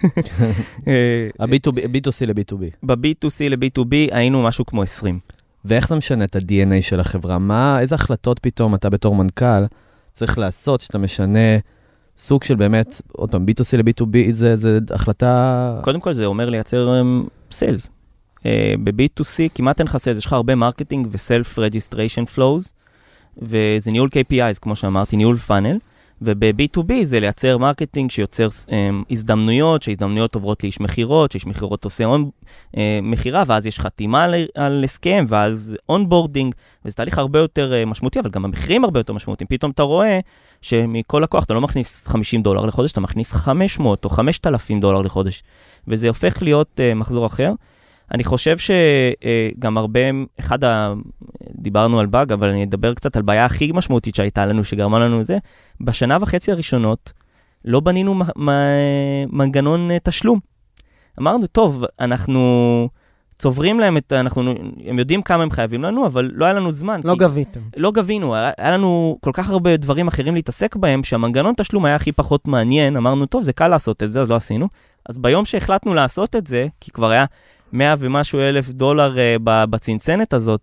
ה-בי טו סי ל-בי טו בי. ב-בי טו סי ל-בי טו בי היינו משהו כמו עשרים. ואיך זה משנה את ה-די אן איי של החברה? מה, איזה החלטות פתאום אתה בתור מנכ"ל צריך לעשות שאתה משנה סוג של באמת, עוד פעם, בי טו סי ל-בי טו בי זה, זה החלטה... קודם כל זה אומר לייצר סיילס. ב-בי טו סי כמעט אין לך סיילס, יש לך הרבה מרקטינג ו-self registration flows, וזה ניהול קיי פי איז, כמו שאמרתי, ניהול פאנל, וב-בי טו בי זה לייצר מרקטינג שיוצר um, הזדמנויות, שהזדמנויות עוברות לאיש מחירות, שאיש מחירות עושה און, uh, מחירה, ואז יש חתימה על, על הסכם, ואז אונבורדינג, וזה תהליך הרבה יותר uh, משמעותי, אבל גם המחירים הרבה יותר משמעותיים. פתאום אתה רואה שמכל לקוח אתה לא מכניס חמישים דולר לחודש, אתה מכניס חמש מאות או חמשת אלפים דולר לחודש, וזה הופך להיות uh, מחזור אחר. אני חושב שגם הרבה, אחד ה... דיברנו על באג, אבל אני אדבר קצת על בעיה הכי משמעותית שהייתה לנו, שגרמה לנו זה, בשנה וחצי הראשונות לא בנינו מנגנון תשלום. אמרנו, טוב, אנחנו צוברים להם את, אנחנו, הם יודעים כמה הם חייבים לנו, אבל לא היה לנו זמן. לא גביתם. לא גבינו, היה לנו כל כך הרבה דברים אחרים להתעסק בהם, שהמנגנון תשלום היה הכי פחות מעניין, אמרנו, טוב, זה קל לעשות את זה, אז לא עשינו. אז ביום שהחלטנו לעשות את זה, כי כבר היה מאה ומשהו אלף דולר uh, בצנצנת הזאת,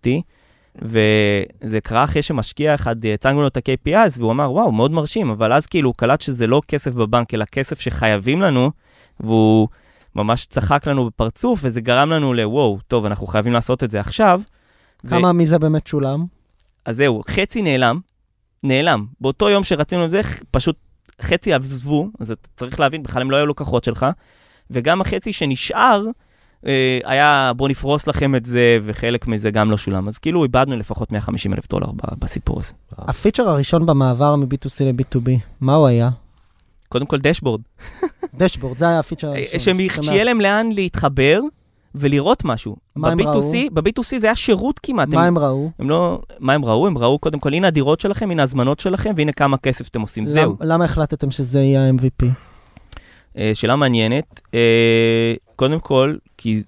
וזה קרה אחרי שמשקיע אחד, הצגנו לו את ה-קיי פי איז, והוא אמר, וואו, מאוד מרשים, אבל אז כאילו הוא קלט שזה לא כסף בבנק, אלא כסף שחייבים לנו, והוא ממש צחק לנו בפרצוף, וזה גרם לנו לוואו, טוב, אנחנו חייבים לעשות את זה עכשיו. כמה ו... מזה באמת שולם? אז זהו, חצי נעלם, נעלם. באותו יום שרצינו את זה, פשוט חצי עזבו, אז אתה צריך להבין, בכלל הם לא היו לקוחות שלך, וגם החצי שנשאר, היה בוא נפרוס לכם את זה, וחלק מזה גם לא שולם. אז כאילו איבדנו לפחות מאה וחמישים אלף דולר בסיפור הזה. הפיצ'ר הראשון במעבר מ-בי טו סי ל-בי טו בי, מה הוא היה? קודם כל דשבורד. דשבורד, זה היה הפיצ'ר הראשון. שיהיה להם לאן להתחבר ולראות משהו. מה הם ראו? ב-בי טו סי זה היה שירות כמעט. מה הם ראו? מה הם ראו? הם ראו קודם כל, הנה הדירות שלכם, הנה הזמנות שלכם, והנה כמה כסף אתם עושים. זהו. למה החלטתם שזה יהיה ה-אם וי פי? שאלה מעניינת. קודם כל, כי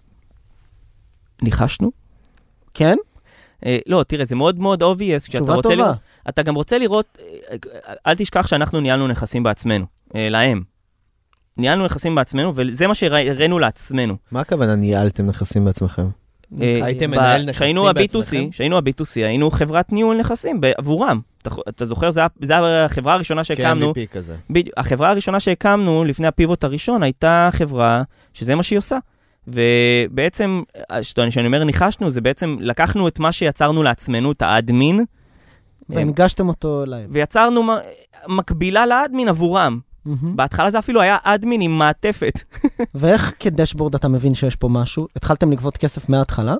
ניחשנו? כן? לא, תראה, זה מאוד מאוד obvious. תשובה טובה. אתה גם רוצה לראות, אל תשכח שאנחנו ניהלנו נכסים בעצמנו, להם. ניהלנו נכסים בעצמנו, וזה מה שהראינו לעצמנו. מה הכוונה ניהלתם נכסים בעצמכם? הייתם מנהל נכסים בעצמכם? שהיינו ה-בי טו סי, היינו חברת ניהול נכסים עבורם. אתה זוכר, זו החברה הראשונה שהקמנו. כן, וי פי כזה. החברה הראשונה שהקמנו לפני הפיבוט הראשון, הייתה חברה שזה מה שהיא עושה. ובעצם, שאני אומר ניחשנו, זה בעצם לקחנו את מה שיצרנו לעצמנו, את האדמין. והנגשתם אותו להם. ויצרנו מקבילה לאדמין עבורם. בהתחלה זה אפילו היה אדמין עם מעטפת. ואיך כדשבורד אתה מבין שיש פה משהו? התחלתם לגבות כסף מההתחלה?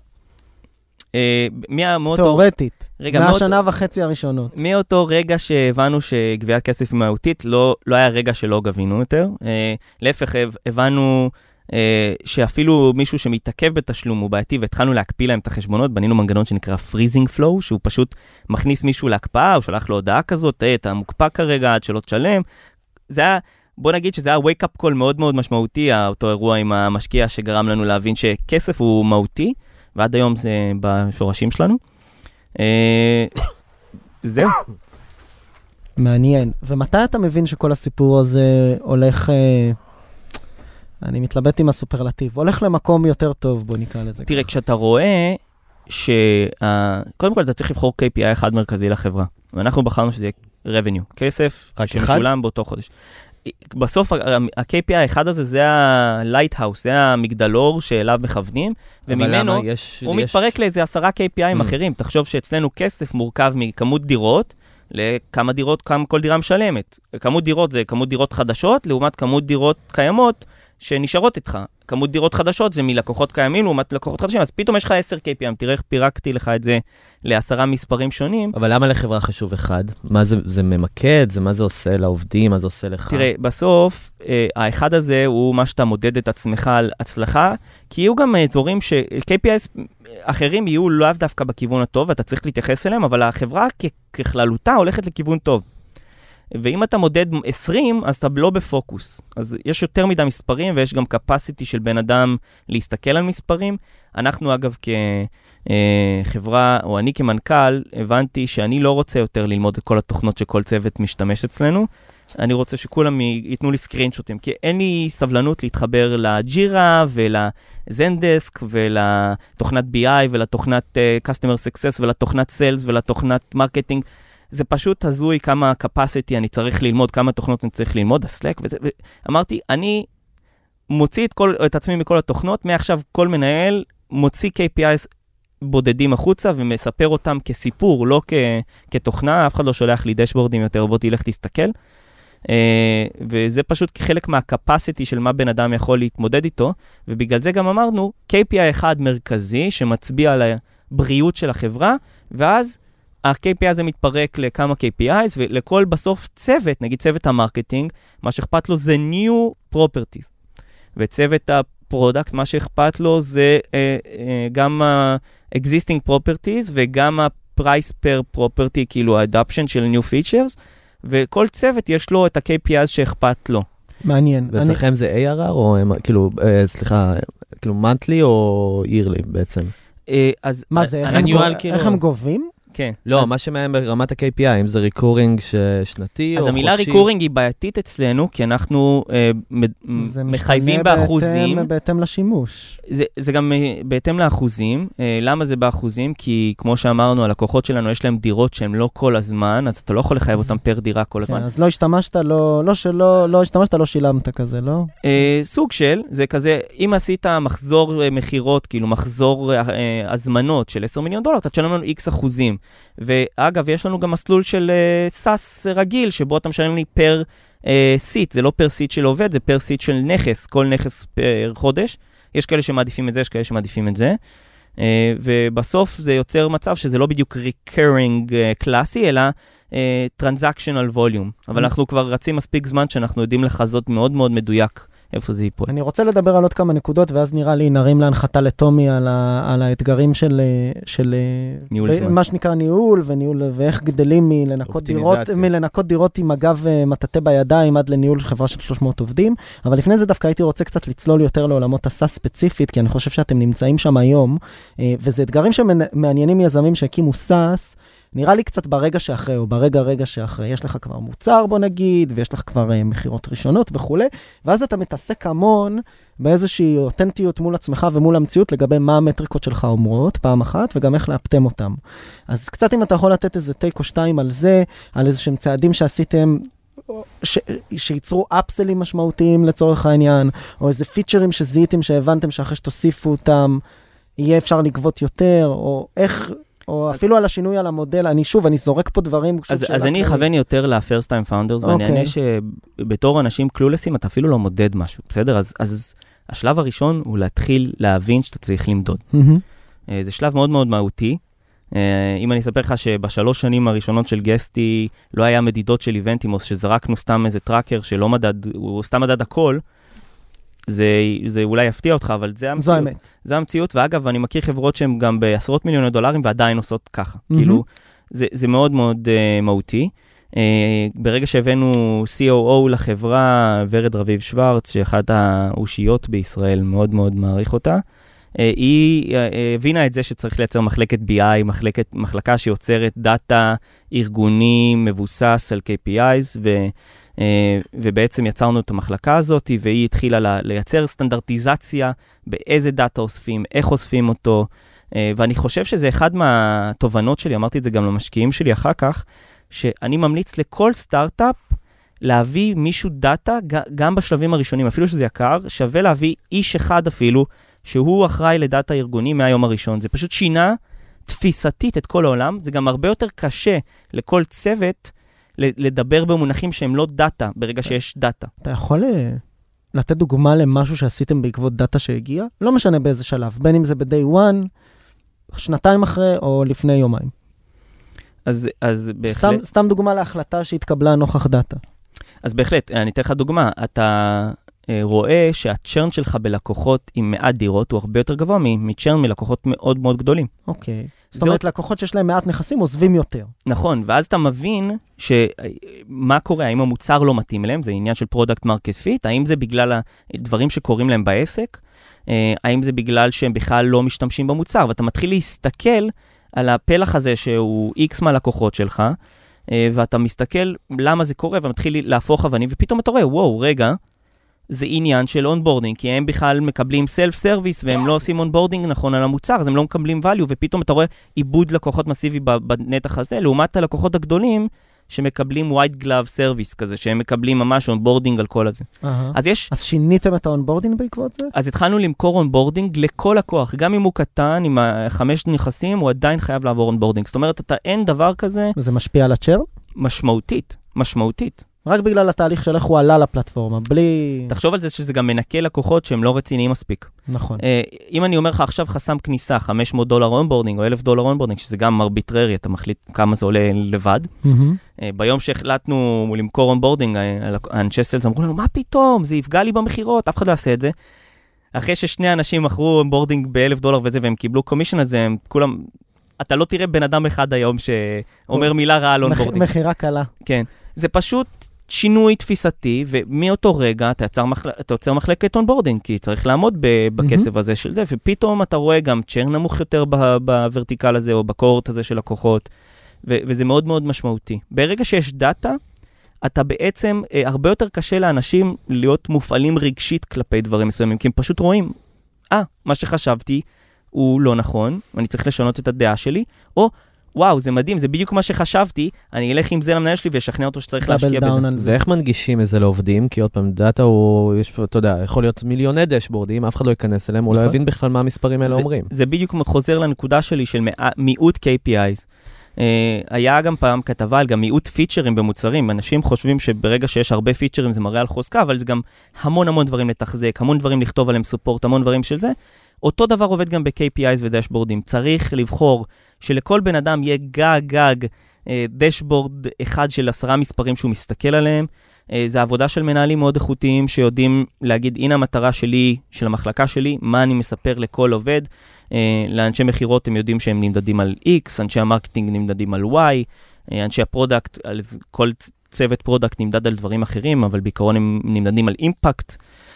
תיאורטית. מהשנה וחצי הראשונות. מאותו רגע שהבנו שגביית כסף מהותית, לא היה רגע שלא גבינו יותר. להפך, הבנו שאפילו מישהו שמתעכב בתשלום הוא בעייתי, והתחלנו להקפיא להם את החשבונות, בנינו מנגנון שנקרא freezing flow, שהוא פשוט מכניס מישהו להקפאה, או שלח לו הודעה כזאת, אתה מוקפא כרגע עד שלא תשלם. זה היה, בוא נגיד שזה היה wake-up call מאוד מאוד משמעותי, אותו אירוע עם המשקיע שגרם לנו להבין שכסף הוא מהותי, ועד היום זה בשורשים שלנו. זהו. מעניין. ומתי אתה מבין שכל הסיפור הזה הולך, אני מתלבט עם הסופרלטיב, הולך למקום יותר טוב, בוא נקרא לזה. תראה, כשאתה רואה שקודם כל אתה צריך לבחור קיי פי איי אחד מרכזי לחברה, ואנחנו בחרנו שזה יהיה revenue, כסף שמשולם באותו חודש. בסוף ה-K P I האחד הזה זה ה-Lighthouse, זה המגדלור שאליו מכוונים, וממנו יש, הוא יש... מתפרק לאיזה עשרה K P I'ים mm. אחרים. תחשוב שאצלנו כסף מורכב מכמות דירות, לכמה דירות, כמה כל דירה משלמת. כמות דירות זה כמות דירות חדשות, לעומת כמות דירות קיימות שנשארות איתך. כמות דירות חדשות זה מלקוחות קיימים לעומת לקוחות חדשים, אז פתאום יש לך עשר K P I'ים, תראה איך פירקתי לך את זה לעשרה מספרים שונים. אבל למה לחברה חשוב אחד? מה זה, זה ממקד? זה מה זה עושה לעובדים? מה זה עושה לך? תראה, בסוף, אה, האחד הזה הוא מה שאתה מודד את עצמך על הצלחה, כי יהיו גם אזורים ש-K P I's אחרים יהיו לא דווקא בכיוון הטוב, ואתה צריך להתייחס אליהם, אבל החברה כ- ככללותה הולכת לכיוון טוב. ואם אתה מודד עשרים, אז אתה לא בפוקוס. אז יש יותר מדי מספרים, ויש גם capacity של בן אדם להסתכל על מספרים. אנחנו, אגב, כחברה, או אני כמנכ"ל, הבנתי שאני לא רוצה יותר ללמוד את כל התוכנות שכל צוות משתמש אצלנו. אני רוצה שכולם ייתנו לי סקרינשוטים, כי אין לי סבלנות להתחבר לג'ירה ולזנדסק ולתוכנת בי איי ולתוכנת Customer Success ולתוכנת Sales ולתוכנת Marketing. זה פשוט הזוי כמה capacity אני צריך ללמוד, כמה תוכנות אני צריך ללמוד, הסלק, וזה, ואמרתי, אני מוציא את, כל, את עצמי מכל התוכנות, מעכשיו כל מנהל מוציא K P I's בודדים החוצה, ומספר אותם כסיפור, לא כ, כתוכנה, אף אחד לא שולח לי דשבורדים יותר, בוא תלך תסתכל, uh, וזה פשוט חלק מה-capacity של מה בן אדם יכול להתמודד איתו, ובגלל זה גם אמרנו, K P I אחד מרכזי, שמצביע על הבריאות של החברה, ואז ה-K P I הזה מתפרק לכמה K P I's, ולכל בסוף צוות, נגיד צוות המרקטינג, מה שאכפת לו זה new properties. וצוות הפרודקט, מה שאכפת לו זה אה, אה, גם ה-existing properties, וגם ה-price per property, כאילו ה-adoption של new features, וכל צוות יש לו את ה-K P I's שאכפת לו. מעניין. ואצלכם אני... זה A R R או, כאילו, אה, סליחה, כאילו monthly או yearly בעצם? אה, אז... מה זה, איך, הם, גו... כאילו... איך הם גובים? כן. לא, אז... מה שמהם ברמת ה-K P I, אם זה ריקורינג שנתי או חודשי. אז המילה ריקורינג היא בעייתית אצלנו, כי אנחנו אה, מחייבים באחוזים. זה בהתאם לשימוש. זה, זה גם בהתאם לאחוזים. אה, למה זה באחוזים? כי כמו שאמרנו, הלקוחות שלנו יש להם דירות שהן לא כל הזמן, אז אתה לא יכול לחייב אותם פר דירה כל הזמן. כן, אז לא השתמשת, לא, לא שלא, לא השתמשת, לא שילמת כזה, לא? אה, סוג של, זה כזה, אם עשית מחזור אה, מחירות, כאילו מחזור אה, אה, הזמנות של עשרה מיליון דולר, אתה תשלם לנו X אחוזים. ואגב, יש לנו גם מסלול של uh, סאס רגיל, שבו אתה משלם לי פר uh, סיט, זה לא פר סיט של עובד, זה פר סיט של נכס, כל נכס פר חודש. יש כאלה שמעדיפים את זה, יש כאלה שמעדיפים את זה. Uh, ובסוף זה יוצר מצב שזה לא בדיוק recurring uh, קלאסי, אלא uh, transactional volume. אבל אנחנו כבר רצים מספיק זמן שאנחנו יודעים לחזות מאוד מאוד מדויק איפה זה ייפול. אני רוצה לדבר על עוד כמה נקודות, ואז נראה לי נרים להנחתה לטומי על, ה, על האתגרים של, של ניהול זמן. מה שנקרא ניהול, וניהול, ואיך גדלים מלנקות דירות, מלנקות דירות עם אגב מטאטא בידיים עד לניהול חברה של שלוש מאות עובדים. אבל לפני זה דווקא הייתי רוצה קצת לצלול יותר לעולמות הסאס ספציפית, כי אני חושב שאתם נמצאים שם היום, וזה אתגרים שמעניינים יזמים שהקימו סאס, נראה לי קצת ברגע שאחרי, או ברגע רגע שאחרי, יש לך כבר מוצר, בוא נגיד, ויש לך כבר uh, מחירות ראשונות וכו', ואז אתה מתעסק המון באיזושהי אותנטיות מול עצמך ומול המציאות, לגבי מה המטריקות שלך אומרות, פעם אחת, וגם איך לאפטם אותם. אז קצת אם אתה יכול לתת איזה טייק או שתיים על זה, על איזשהם צעדים שעשיתם, ש... שיצרו אפסלים משמעותיים לצורך העניין, או איזה פיצ'רים שזיהיתם, שהבנתם שאחרי שתוסיפו אותם, יהיה אפשר לגבות יותר, או איך... או אפילו על השינוי על המודל, אני שוב, אני זורק פה דברים. אז, אז אני אכוון יותר ל-first time founders, ואני אענה שבתור אנשים קלולסים, אתה אפילו לא מודד משהו, בסדר? אז, אז השלב הראשון הוא להתחיל להבין שאתה צריך למדוד. זה שלב מאוד מאוד מהותי. אם אני אספר לך שבשלוש שנים הראשונות של גסטי, לא היה מדידות של איבנטים, או שזרקנו סתם איזה טראקר שלא מדד, הוא סתם מדד הכל, זה, זה אולי יפתיע אותך, אבל זה המציאות. זו האמת. זה המציאות, ואגב, אני מכיר חברות שהן גם בעשרות מיליוני דולרים, ועדיין עושות ככה. Mm-hmm. כאילו, זה, זה מאוד מאוד uh, מהותי. Uh, ברגע שהבאנו סי או או לחברה, ורד רביב שוורץ, שאחת האושיות בישראל, מאוד מאוד מעריך אותה, uh, היא uh, הבינה את זה שצריך לייצר מחלקת בי איי, מחלקת, מחלקה שיוצרת דאטה ארגוני מבוסס על קיי פי איז, ו... Uh, ובעצם יצרנו את המחלקה הזאת, והיא התחילה לה, לייצר סטנדרטיזציה באיזה דאטה אוספים, איך אוספים אותו, uh, ואני חושב שזה אחד מהתובנות שלי, אמרתי את זה גם למשקיעים שלי אחר כך, שאני ממליץ לכל סטארט-אפ להביא מישהו דאטה, גם בשלבים הראשונים, אפילו שזה יקר, שווה להביא איש אחד אפילו, שהוא אחראי לדאטה ארגוני מהיום הראשון. זה פשוט שינה תפיסתית את כל העולם, זה גם הרבה יותר קשה לכל צוות לדבר במונחים שהם לא דאטה, ברגע שיש דאטה. אתה יכול לתת דוגמה למשהו שעשיתם בעקבות דאטה שהגיע? לא משנה באיזה שלב, בין אם זה ב-day one, שנתיים אחרי או לפני יומיים. אז, אז בהחלט... סתם, סתם דוגמה להחלטה שהתקבלה נוכח דאטה. אז בהחלט, אני אתן לך דוגמה, אתה רואה שהצ'רן שלך בלקוחות עם מעט דירות הוא הרבה יותר גבוה מצ'רן מלקוחות מאוד מאוד גדולים. אוקיי. זאת אומרת, לקוחות שיש להם מעט נכסים עוזבים יותר. נכון, ואז אתה מבין שמה קורה, האם המוצר לא מתאים להם, זה עניין של פרודקט מרקט פיט, האם זה בגלל הדברים שקורים להם בעסק, האם זה בגלל שהם בכלל לא משתמשים במוצר, ואתה מתחיל להסתכל על הפלח הזה שהוא X מהלקוחות שלך, ואתה מסתכל למה זה קורה, ומתחיל להפוך אבנים, ופתאום אתה רואה, וואו, רגע, זה עניין של אונבורדינג, כי הם בכלל מקבלים סלף סרוויס, והם לא עושים אונבורדינג נכון על המוצר, אז הם לא מקבלים value, ופתאום אתה רואה עיבוד לקוחות מסיבי בנתח הזה, לעומת הלקוחות הגדולים, שמקבלים white glove service כזה, שהם מקבלים ממש אונבורדינג על כל הזה. אז יש... אז שיניתם את האונבורדינג בעקבות זה? אז התחלנו למכור אונבורדינג לכל לקוח, גם אם הוא קטן, עם החמש נכסים, הוא עדיין חייב לעבור אונבורדינג. זאת אומרת, אתה אין דבר כזה... וזה משפיע על הצ'רן? משמעותית, משמעותית. רק בגלל התהליך של איך הוא עלה לפלטפורמה, בלי... תחשוב על זה שזה גם מנקה לקוחות שהם לא רציניים מספיק. נכון. אם אני אומר לך עכשיו חסם כניסה, חמש מאות דולר אונבורדינג או אלף דולר אונבורדינג, שזה גם ארביטררי, אתה מחליט כמה זה עולה לבד. ביום שהחלטנו למכור אונבורדינג, האנשי סיילס אמרו לנו, מה פתאום? זה יפגע לי במחירות, אף אחד לא יעשה את זה. אחרי ששני אנשים מכרו אונבורדינג באלף דולר וזה, והם קיבלו קומישן הזה, הם כולם... אתה לא תראה בן אדם אחד היום שאומר מילה רעה על אונבורדינג. מחירה קלה. כן. זה פשוט שינוי תפיסתי, ומאותו רגע אתה יוצר, מחל... אתה יוצר מחלקת אונבורדינג, כי צריך לעמוד בקצב הזה של זה, ופתאום אתה רואה גם צ'רן נמוך יותר בוורטיקל הזה, או בקורט הזה של לקוחות, ו... וזה מאוד מאוד משמעותי. ברגע שיש דאטה, אתה בעצם, אה, הרבה יותר קשה לאנשים להיות מופעלים רגשית כלפי דברים מסוימים, כי הם פשוט רואים, אה, מה שחשבתי הוא לא נכון, ואני צריך לשנות את הדעה שלי, או, וואו, זה מדהים, זה בדיוק מה שחשבתי, אני אלך עם זה למנהל שלי וישכנע אותו שצריך להשקיע בזה. ואיך מנגישים את זה לעובדים? כי עוד פעם, דאטה הוא, יש, אתה יודע, יכול להיות מיליוני דשבורדים, אף אחד לא ייכנס אליהם, הוא לא יבין בכלל מה המספרים האלה אומרים. זה בדיוק חוזר לנקודה שלי של מיעוט קיי פי איז. היה גם פעם כתבה על גם מיעוט פיצ'רים במוצרים, אנשים חושבים שברגע שיש הרבה פיצ'רים זה מראה על חוזקה, אבל זה גם המון המון דברים לתחזק, המון דברים לכתוב עליהם סופורט, המון דברים של זה. אותו דבר עובד גם ב-קיי פי איז ודשבורדים. צריך לבחור שלכל בן אדם יהיה גג גג דשבורד אחד של עשרה מספרים שהוא מסתכל עליהם. זה עבודה של מנהלים מאוד איכותיים שיודעים להגיד, הנה המטרה שלי, של המחלקה שלי, מה אני מספר לכל עובד. לאנשי מחירות הם יודעים שהם נמדדים על X, אנשי המרקטינג נמדדים על Y, אנשי הפרודקט, כל צוות פרודקט נמדד על דברים אחרים, אבל בעיקרון הם נמדדים על אימפקט,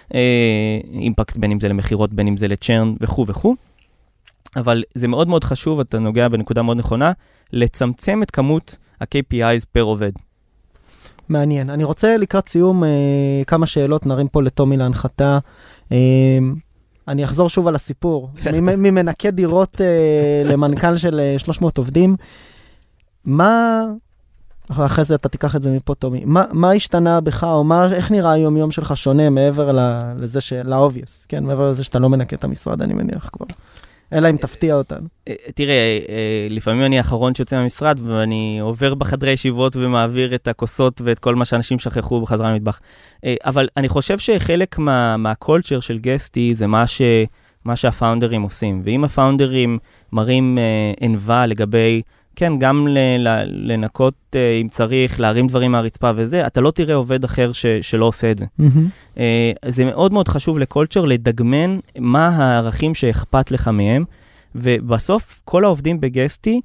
אימפקט בין אם זה למחירות, בין אם זה לצ'רן וכו' וכו'. אבל זה מאוד מאוד חשוב, אתה נוגע בנקודה מאוד נכונה, לצמצם את כמות ה-קיי פי איז פר עובד. מעניין. אני רוצה לקראת סיום אה, כמה שאלות, נרים פה לטומי להנחתה. אה, אני אחזור שוב על הסיפור. ממנקה דירות אה, למנכ"ל של אה, שלוש מאות עובדים. מה... אחרי זה אתה תיקח את זה מפה, טומי. מה, מה השתנה בך, או מה, איך נראה היום יום שלך שונה מעבר לזה ש... לאובייס, כן? מעבר לזה שאתה לא מנקה את המשרד, אני מניח כבר. אלא אם תפתיע אותנו. תראה, לפעמים אני האחרון שיוצא מהמשרד, ואני עובר בחדרי ישיבות ומעביר את הכוסות ואת כל מה שאנשים שכחו בחזרה למטבח. אבל אני חושב שחלק מה, מהקולצ'ר של גסטי זה מה, ש, מה שהפאונדרים עושים. ואם הפאונדרים מראים ענווה לגבי, כן, גם לנקות אם צריך, להרים דברים מהרצפה וזה, אתה לא תראה עובד אחר ש, שלא עושה את זה. Mm-hmm. זה מאוד מאוד חשוב לקולצ'ר לדגמן מה הערכים שאכפת לך מהם, ובסוף כל העובדים בגסטי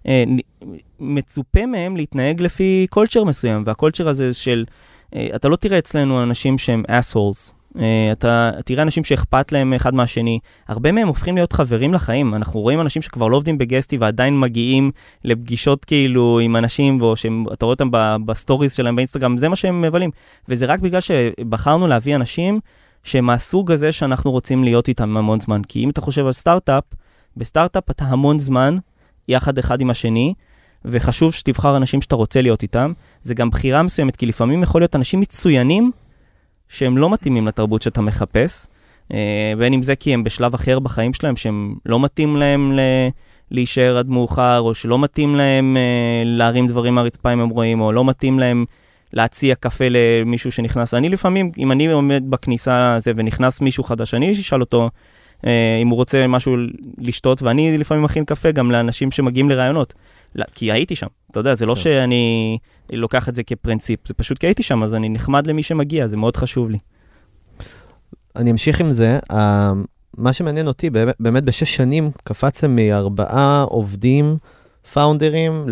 מצופה מהם להתנהג לפי קולצ'ר מסוים, והקולצ'ר הזה של, אתה לא תראה אצלנו אנשים שהם assholes, אתה תראה אנשים שאכפת להם אחד מהשני, הרבה מהם הופכים להיות חברים לחיים, אנחנו רואים אנשים שכבר לא עובדים בגסטי ועדיין מגיעים לפגישות כאילו עם אנשים, ואתה רואה אותם בסטוריז שלהם באינסטגרם, זה מה שהם מבלים, וזה רק בגלל שבחרנו להביא אנשים שהם מהסוג הזה שאנחנו רוצים להיות איתם המון זמן, כי אם אתה חושב על סטארט-אפ, בסטארט-אפ אתה המון זמן יחד אחד עם השני, וחשוב שתבחר אנשים שאתה רוצה להיות איתם, זה גם בחירה מסוימת, כי לפעמים יכול להיות אנשים מצוינים, שהם לא מתאימים לתרבות שאתה מחפש, בין אם זה כי הם בשלב אחר בחיים שלהם, שהם לא מתאים להם ל... להישאר עד מאוחר, או שלא מתאים להם להרים דברים מהרצפה אם הם רואים, או לא מתאים להם להציע קפה למישהו שנכנס. אני לפעמים, אם אני עומד בכניסה הזה ונכנס מישהו חדש, אני אשאל אותו אם הוא רוצה משהו לשתות, ואני לפעמים מכין קפה גם לאנשים שמגיעים לרעיונות, כי הייתי שם. אתה יודע, זה לא שאני לוקח את זה כפרינציפ, זה פשוט כי הייתי שם, אז אני נחמד למי שמגיע, זה מאוד חשוב לי. אני אמשיך עם זה. מה שמעניין אותי, באמת בשש שנים קפצתם מארבעה עובדים, פאונדרים,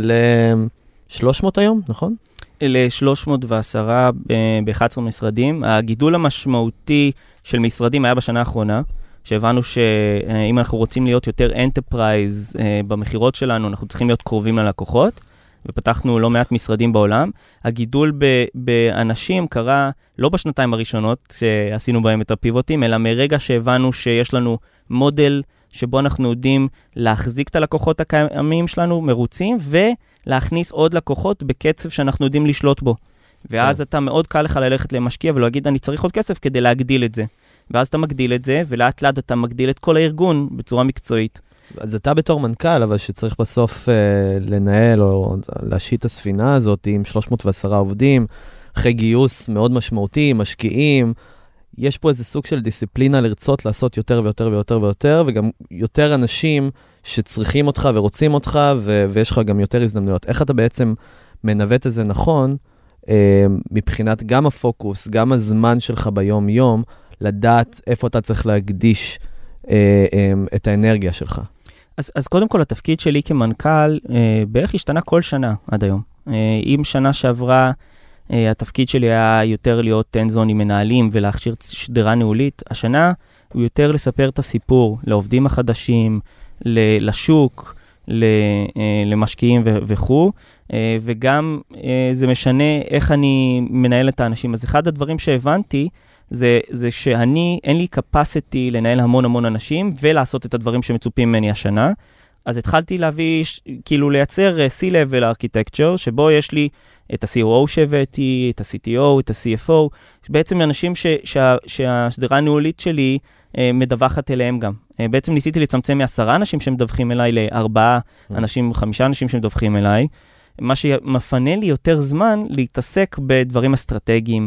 ל-שלוש מאות היום, נכון? ל-שלוש מאות ועשרה ב-אחד עשר משרדים. הגידול המשמעותי של משרדים היה בשנה האחרונה, שהבנו שאם אנחנו רוצים להיות יותר אנטרפרייז במחירות שלנו, אנחנו צריכים להיות קרובים ללקוחות, ופתחנו לא מעט משרדים בעולם. הגידול ב- באנשים קרה לא בשנתיים הראשונות שעשינו בהם את הפיבוטים, אלא מרגע שהבנו שיש לנו מודל שבו אנחנו יודעים להחזיק את הלקוחות הקיימים שלנו מרוצים, ולהכניס עוד לקוחות בקצב שאנחנו יודעים לשלוט בו. ואז אתה מאוד קל לך ללכת למשקיע ולהגיד, אני צריך עוד כסף כדי להגדיל את זה. ואז אתה מגדיל את זה, ולאט לאט אתה מגדיל את כל הארגון בצורה מקצועית. אז אתה בתור מנכ"ל, אבל שצריך בסוף אה, לנהל או להשית את הספינה הזאת עם שלוש מאות ועשרה עובדים, אחרי גיוס מאוד משמעותי, משקיעים, יש פה איזה סוג של דיסציפלינה לרצות לעשות יותר ויותר ויותר ויותר, וגם יותר אנשים שצריכים אותך ורוצים אותך, ו- ויש לך גם יותר הזדמנויות. איך אתה בעצם מנווט את זה נכון, אה, מבחינת גם הפוקוס, גם הזמן שלך ביום-יום, לדעת איפה אתה צריך להקדיש אה, אה, את האנרגיה שלך? אז, אז קודם כל, התפקיד שלי כמנכ"ל אה, בערך השתנה כל שנה עד היום. אה, אם שנה שעברה, אה, התפקיד שלי היה יותר להיות טנזון עם מנהלים ולהכשיר שדרה ניהולית, השנה הוא יותר לספר את הסיפור לעובדים החדשים, ל- לשוק, ל- אה, למשקיעים ו- וכו', אה, וגם אה, זה משנה איך אני מנהל את האנשים. אז אחד הדברים שהבנתי, זה, זה שאני, אין לי capacity לנהל המון המון אנשים, ולעשות את הדברים שמצופים ממני השנה. אז התחלתי להביא, כאילו לייצר C-Level Architecture, שבו יש לי את ה-סי או או שהבאתי, את ה-סי טי או, את ה-סי אף או, בעצם אנשים ש, שה, שהשדרה הניהולית שלי אה, מדווחת אליהם גם. אה, בעצם ניסיתי לצמצם מעשרה אנשים שמדווחים אליי, לארבעה אנשים, חמישה אנשים שמדווחים אליי, מה שמפנה לי יותר זמן להתעסק בדברים אסטרטגיים,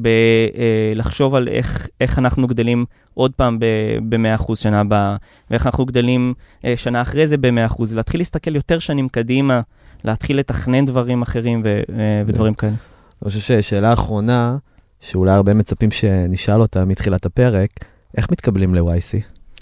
בלחשוב על איך, איך אנחנו גדלים עוד פעם ב-מאה אחוז שנה הבאה, ואיך אנחנו גדלים שנה אחרי זה ב-מאה אחוז, להתחיל להסתכל יותר שנים קדימה, להתחיל לתכנן דברים אחרים ו- ודברים כאלה. אני חושב ששאלה האחרונה, שאולי הרבה מצפים שנשאל אותה מתחילת הפרק, איך מתקבלים ל-וואי סי?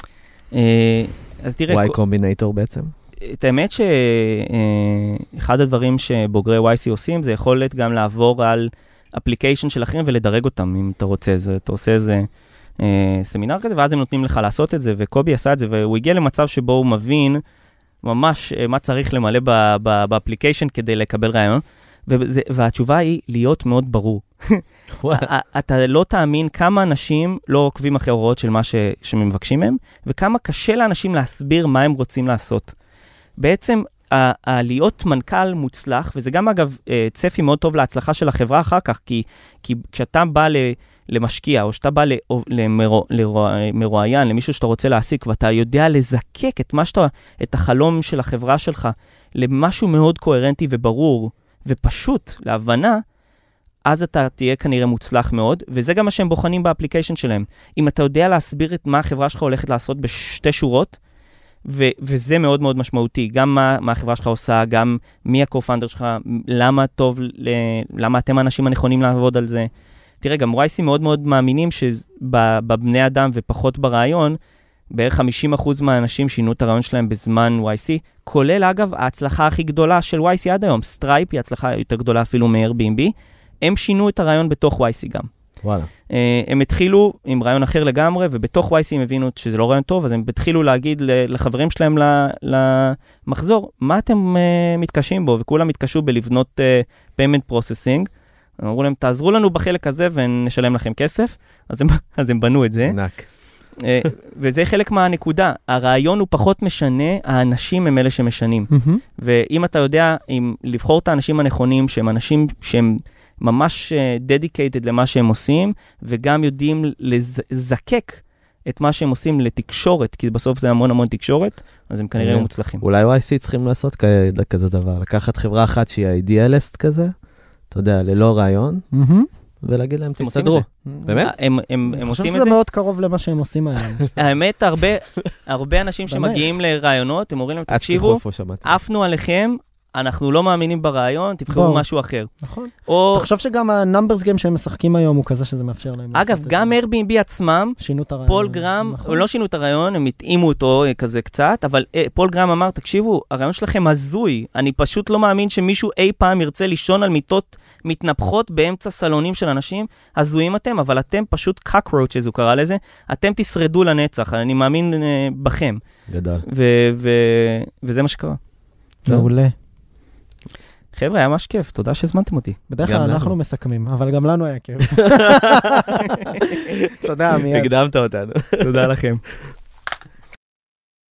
אז תראה... וואי קומבינטור בעצם? את האמת שאחד הדברים שבוגרי וואי סי עושים, זה יכולת גם לעבור על אפליקיישן של אחרים ולדרג אותם, אם אתה רוצה. זה, אתה עושה איזה אה, סמינר כזה, ואז הם נותנים לך לעשות את זה, וקובי עשה את זה, והוא הגיע למצב שבו הוא מבין ממש אה, מה צריך למלא ב, ב, באפליקיישן כדי לקבל רעיון, וזה, והתשובה היא להיות מאוד ברור. אתה לא תאמין כמה אנשים לא עוקבים אחרי הוראות של מה ש, שמבקשים מהם, וכמה קשה לאנשים להסביר מה הם רוצים לעשות. בעצם, ה- להיות מנכ"ל מוצלח, וזה גם אגב צפי מאוד טוב להצלחה של החברה אחר כך, כי, כי כשאתה בא ל- למשקיע, או שאתה בא למרואיין, למישהו שאתה רוצה להעסיק, ואתה יודע לזקק את, מה שאתה, את החלום של החברה שלך, למשהו מאוד קוהרנטי וברור, ופשוט להבנה, אז אתה תהיה כנראה מוצלח מאוד, וזה גם מה שהם בוחנים באפליקיישן שלהם. אם אתה יודע להסביר את מה החברה שלך הולכת לעשות בשתי שורות, ו- וזה מאוד מאוד משמעותי, גם מה, מה החברה שלך עושה, גם מי הקו-פאונדר שלך, למה טוב, ל- למה אתם האנשים הנכונים לעבוד על זה. תראה, גם וואי סי מאוד מאוד מאמינים שבבני אדם ופחות ברעיון, בערך חמישים אחוז מהאנשים שינו את הרעיון שלהם בזמן וואי סי, כולל אגב ההצלחה הכי גדולה של וואי סי עד היום, סטרייפ היא הצלחה יותר גדולה אפילו מ-Airbnb, הם שינו את הרעיון בתוך וואי סי גם. וואלה. הם התחילו עם רעיון אחר לגמרי, ובתוך וואי סי הם הבינו שזה לא רעיון טוב, אז הם התחילו להגיד לחברים שלהם למחזור, מה אתם מתקשים בו? וכולם התקשו בלבנות payment processing, אמרו להם, תעזרו לנו בחלק הזה ונשלם לכם כסף, אז הם, אז הם בנו את זה. ענק. וזה חלק מהנקודה. הרעיון הוא פחות משנה, האנשים הם אלה שמשנים. ואם אתה יודע, אם לבחור את האנשים הנכונים, שהם אנשים שהם ממש dedicated למה שהם עושים, וגם יודעים לזקק את מה שהם עושים לתקשורת, כי בסוף זה המון המון תקשורת, אז הם כנראה מוצלחים. אולי וואי סי צריכים לעשות כזה דבר, לקחת חברה אחת שהיא האידיאליסט כזה, אתה יודע, ללא רעיון, ולהגיד להם, תסתדרו. באמת? הם עושים את זה? אני חושב שזה מאוד קרוב למה שהם עושים היום. האמת, הרבה אנשים שמגיעים לרעיונות, הם אומרים להם, תקשיבו, עפנו עליכם, אנחנו לא מאמינים ברעיון, תבחרו משהו אחר. נכון. תחשוב שגם הנאמברס גיים שהם משחקים היום הוא כזה שזה מאפשר להם. אגב, גם Airbnb עצמם, שינו את הרעיון. פול גרם, לא שינו את הרעיון, הם התאימו אותו כזה קצת, אבל פול גרם אמר, תקשיבו, הרעיון שלכם הזוי, אני פשוט לא מאמין שמישהו אי פעם ירצה לישון על מיטות מתנפחות באמצע סלונים של אנשים, הזויים אתם, אבל אתם פשוט cockroaches, הוא קרא לזה, אתם תשרדו לנצח, אני מאמין בכם. גדל. וזה מה שקרה. מעולה. חבר'ה, היה ממש כיף, תודה שהזמנתם אותי. בדרך כלל אנחנו מסכמים, אבל גם לנו היה כיף. תודה, מיד. הקדמת אותנו. תודה לכם.